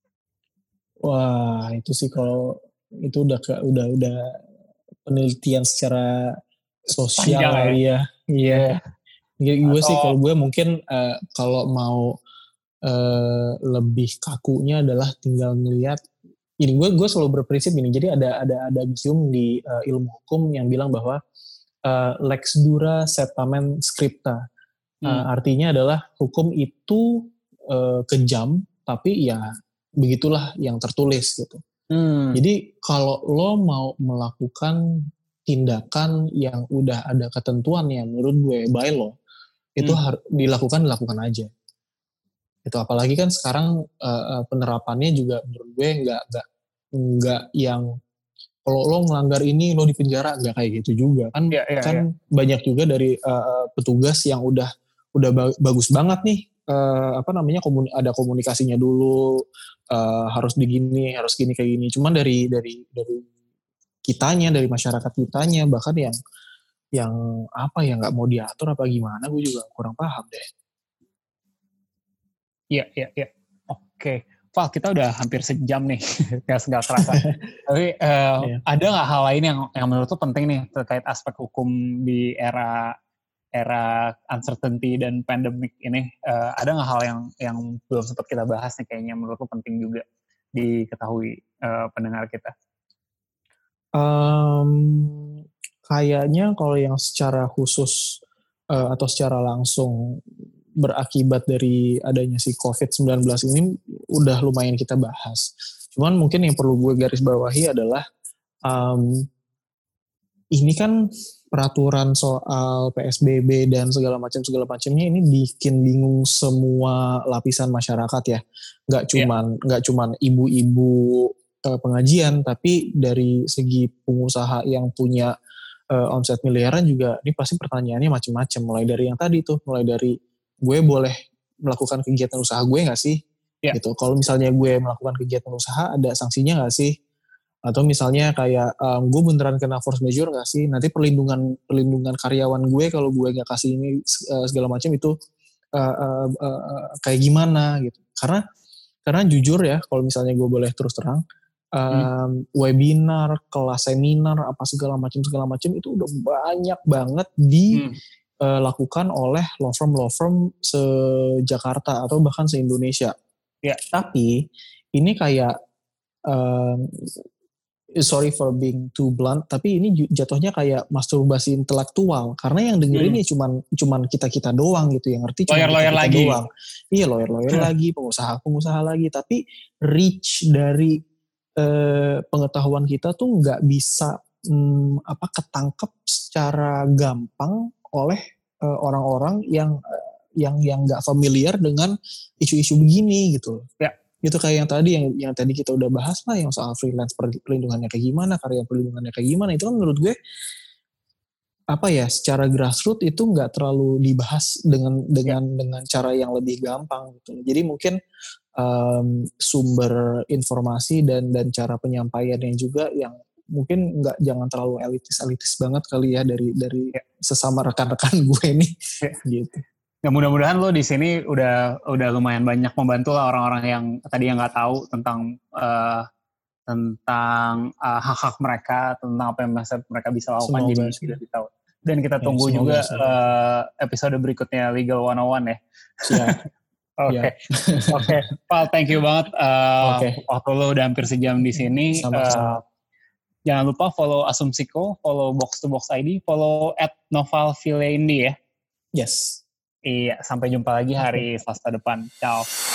Wah itu sih kalau itu udah udah udah penelitian secara sosial ya. ya. Iya. Yeah. Gue sih kalau gue mungkin uh, kalau mau uh, lebih kakunya adalah tinggal ngelihat. Ini gue gue selalu berprinsip ini. Jadi ada ada ada axiom di uh, ilmu hukum yang bilang bahwa uh, lex dura sed tamen scripta. Uh, hmm. Artinya adalah hukum itu Uh, kejam tapi ya begitulah yang tertulis gitu. Hmm. Jadi kalau lo mau melakukan tindakan yang udah ada ketentuannya menurut gue by law itu hmm. harus dilakukan dilakukan aja. Itu apalagi kan sekarang uh, penerapannya juga menurut gue nggak nggak nggak yang kalau lo melanggar ini lo dipenjara nggak kayak gitu juga kan ya, ya, kan ya. Banyak juga dari uh, petugas yang udah udah bagus banget nih. Uh, apa namanya komun, ada komunikasinya dulu uh, harus begini harus gini kayak gini cuman dari dari dari kitanya dari masyarakat kitanya bahkan yang yang apa ya nggak mau diatur apa gimana gue juga kurang paham deh. Iya, iya, iya. Oke. Val, kita udah hampir sejam nih. Nggak nggak kerasa. Tapi uh, yeah. ada nggak hal lain yang yang menurut lo penting nih terkait aspek hukum di era era uncertainty dan pandemic ini? Uh, ada nggak hal yang yang belum sempat kita bahas nih kayaknya menurut lo penting juga diketahui uh, pendengar kita? Um, kayaknya kalau yang secara khusus uh, atau secara langsung berakibat dari adanya si covid sembilan belas ini udah lumayan kita bahas. Cuman mungkin yang perlu gue garis bawahi adalah um, ini kan peraturan soal P S B B dan segala macam segala macamnya ini bikin bingung semua lapisan masyarakat ya. Nggak cuman yeah. nggak cuman ibu-ibu uh, pengajian, tapi dari segi pengusaha yang punya uh, omset miliaran juga ini pasti pertanyaannya macam-macam. Mulai dari yang tadi tuh, mulai dari gue boleh melakukan kegiatan usaha gue nggak sih? Yeah. Gitu. Kalau misalnya gue melakukan kegiatan usaha, ada sanksinya nggak sih? Atau misalnya kayak um, gue beneran kena force majeure nggak sih? Nanti perlindungan perlindungan karyawan gue kalau gue nggak kasih ini uh, segala macam itu uh, uh, uh, kayak gimana gitu? Karena karena jujur ya, kalau misalnya gue boleh terus terang, um, hmm. webinar, kelas seminar, apa segala macam segala macam itu udah banyak banget di hmm. lakukan oleh law firm law firm se-Jakarta atau bahkan se-Indonesia. Ya, tapi ini kayak um, sorry for being too blunt, tapi ini jatuhnya kayak masturbasi intelektual karena yang dengerin hmm. ya cuman cuman kita-kita doang gitu, yang ngerti cuma lawyer-lawyer kita-kita lagi. doang. Iya, lawyer-lawyer lagi, pengusaha-pengusaha lagi, tapi reach dari uh, pengetahuan kita tuh nggak bisa um, apa ketangkep secara gampang oleh uh, orang-orang yang uh, yang yang nggak familiar dengan isu-isu begini gitu. Ya, itu kayak yang tadi yang yang tadi kita udah bahas lah, yang soal freelance perlindungannya kayak gimana, karya perlindungannya kayak gimana. Itu kan menurut gue apa ya, secara grassroots itu nggak terlalu dibahas dengan dengan ya. dengan cara yang lebih gampang gitu. Jadi mungkin um, sumber informasi dan dan cara penyampaiannya juga yang mungkin nggak jangan terlalu elitis-elitis banget kali ya dari dari ya. sesama rekan-rekan gue nih ya. Gitu. Ya mudah-mudahan lo di sini udah udah lumayan banyak membantu lah orang-orang yang tadi yang nggak tahu tentang uh, tentang uh, hak-hak mereka, tentang apa yang mereka bisa lakukan. Semoga, jadi sudah tahu. Dan kita ya, tunggu semoga, juga uh, episode berikutnya Legal one oh one ya. Siap. Oke, oke, Val, thank you banget. Uh, okay. Waktu lo udah hampir sejam di sini. Sama-sama. Uh, Jangan lupa follow Asumsiko, follow Box to Box I D, follow at Noval Fileindi ya. Yes. Iya, sampai jumpa lagi hari Selasa depan. Ciao.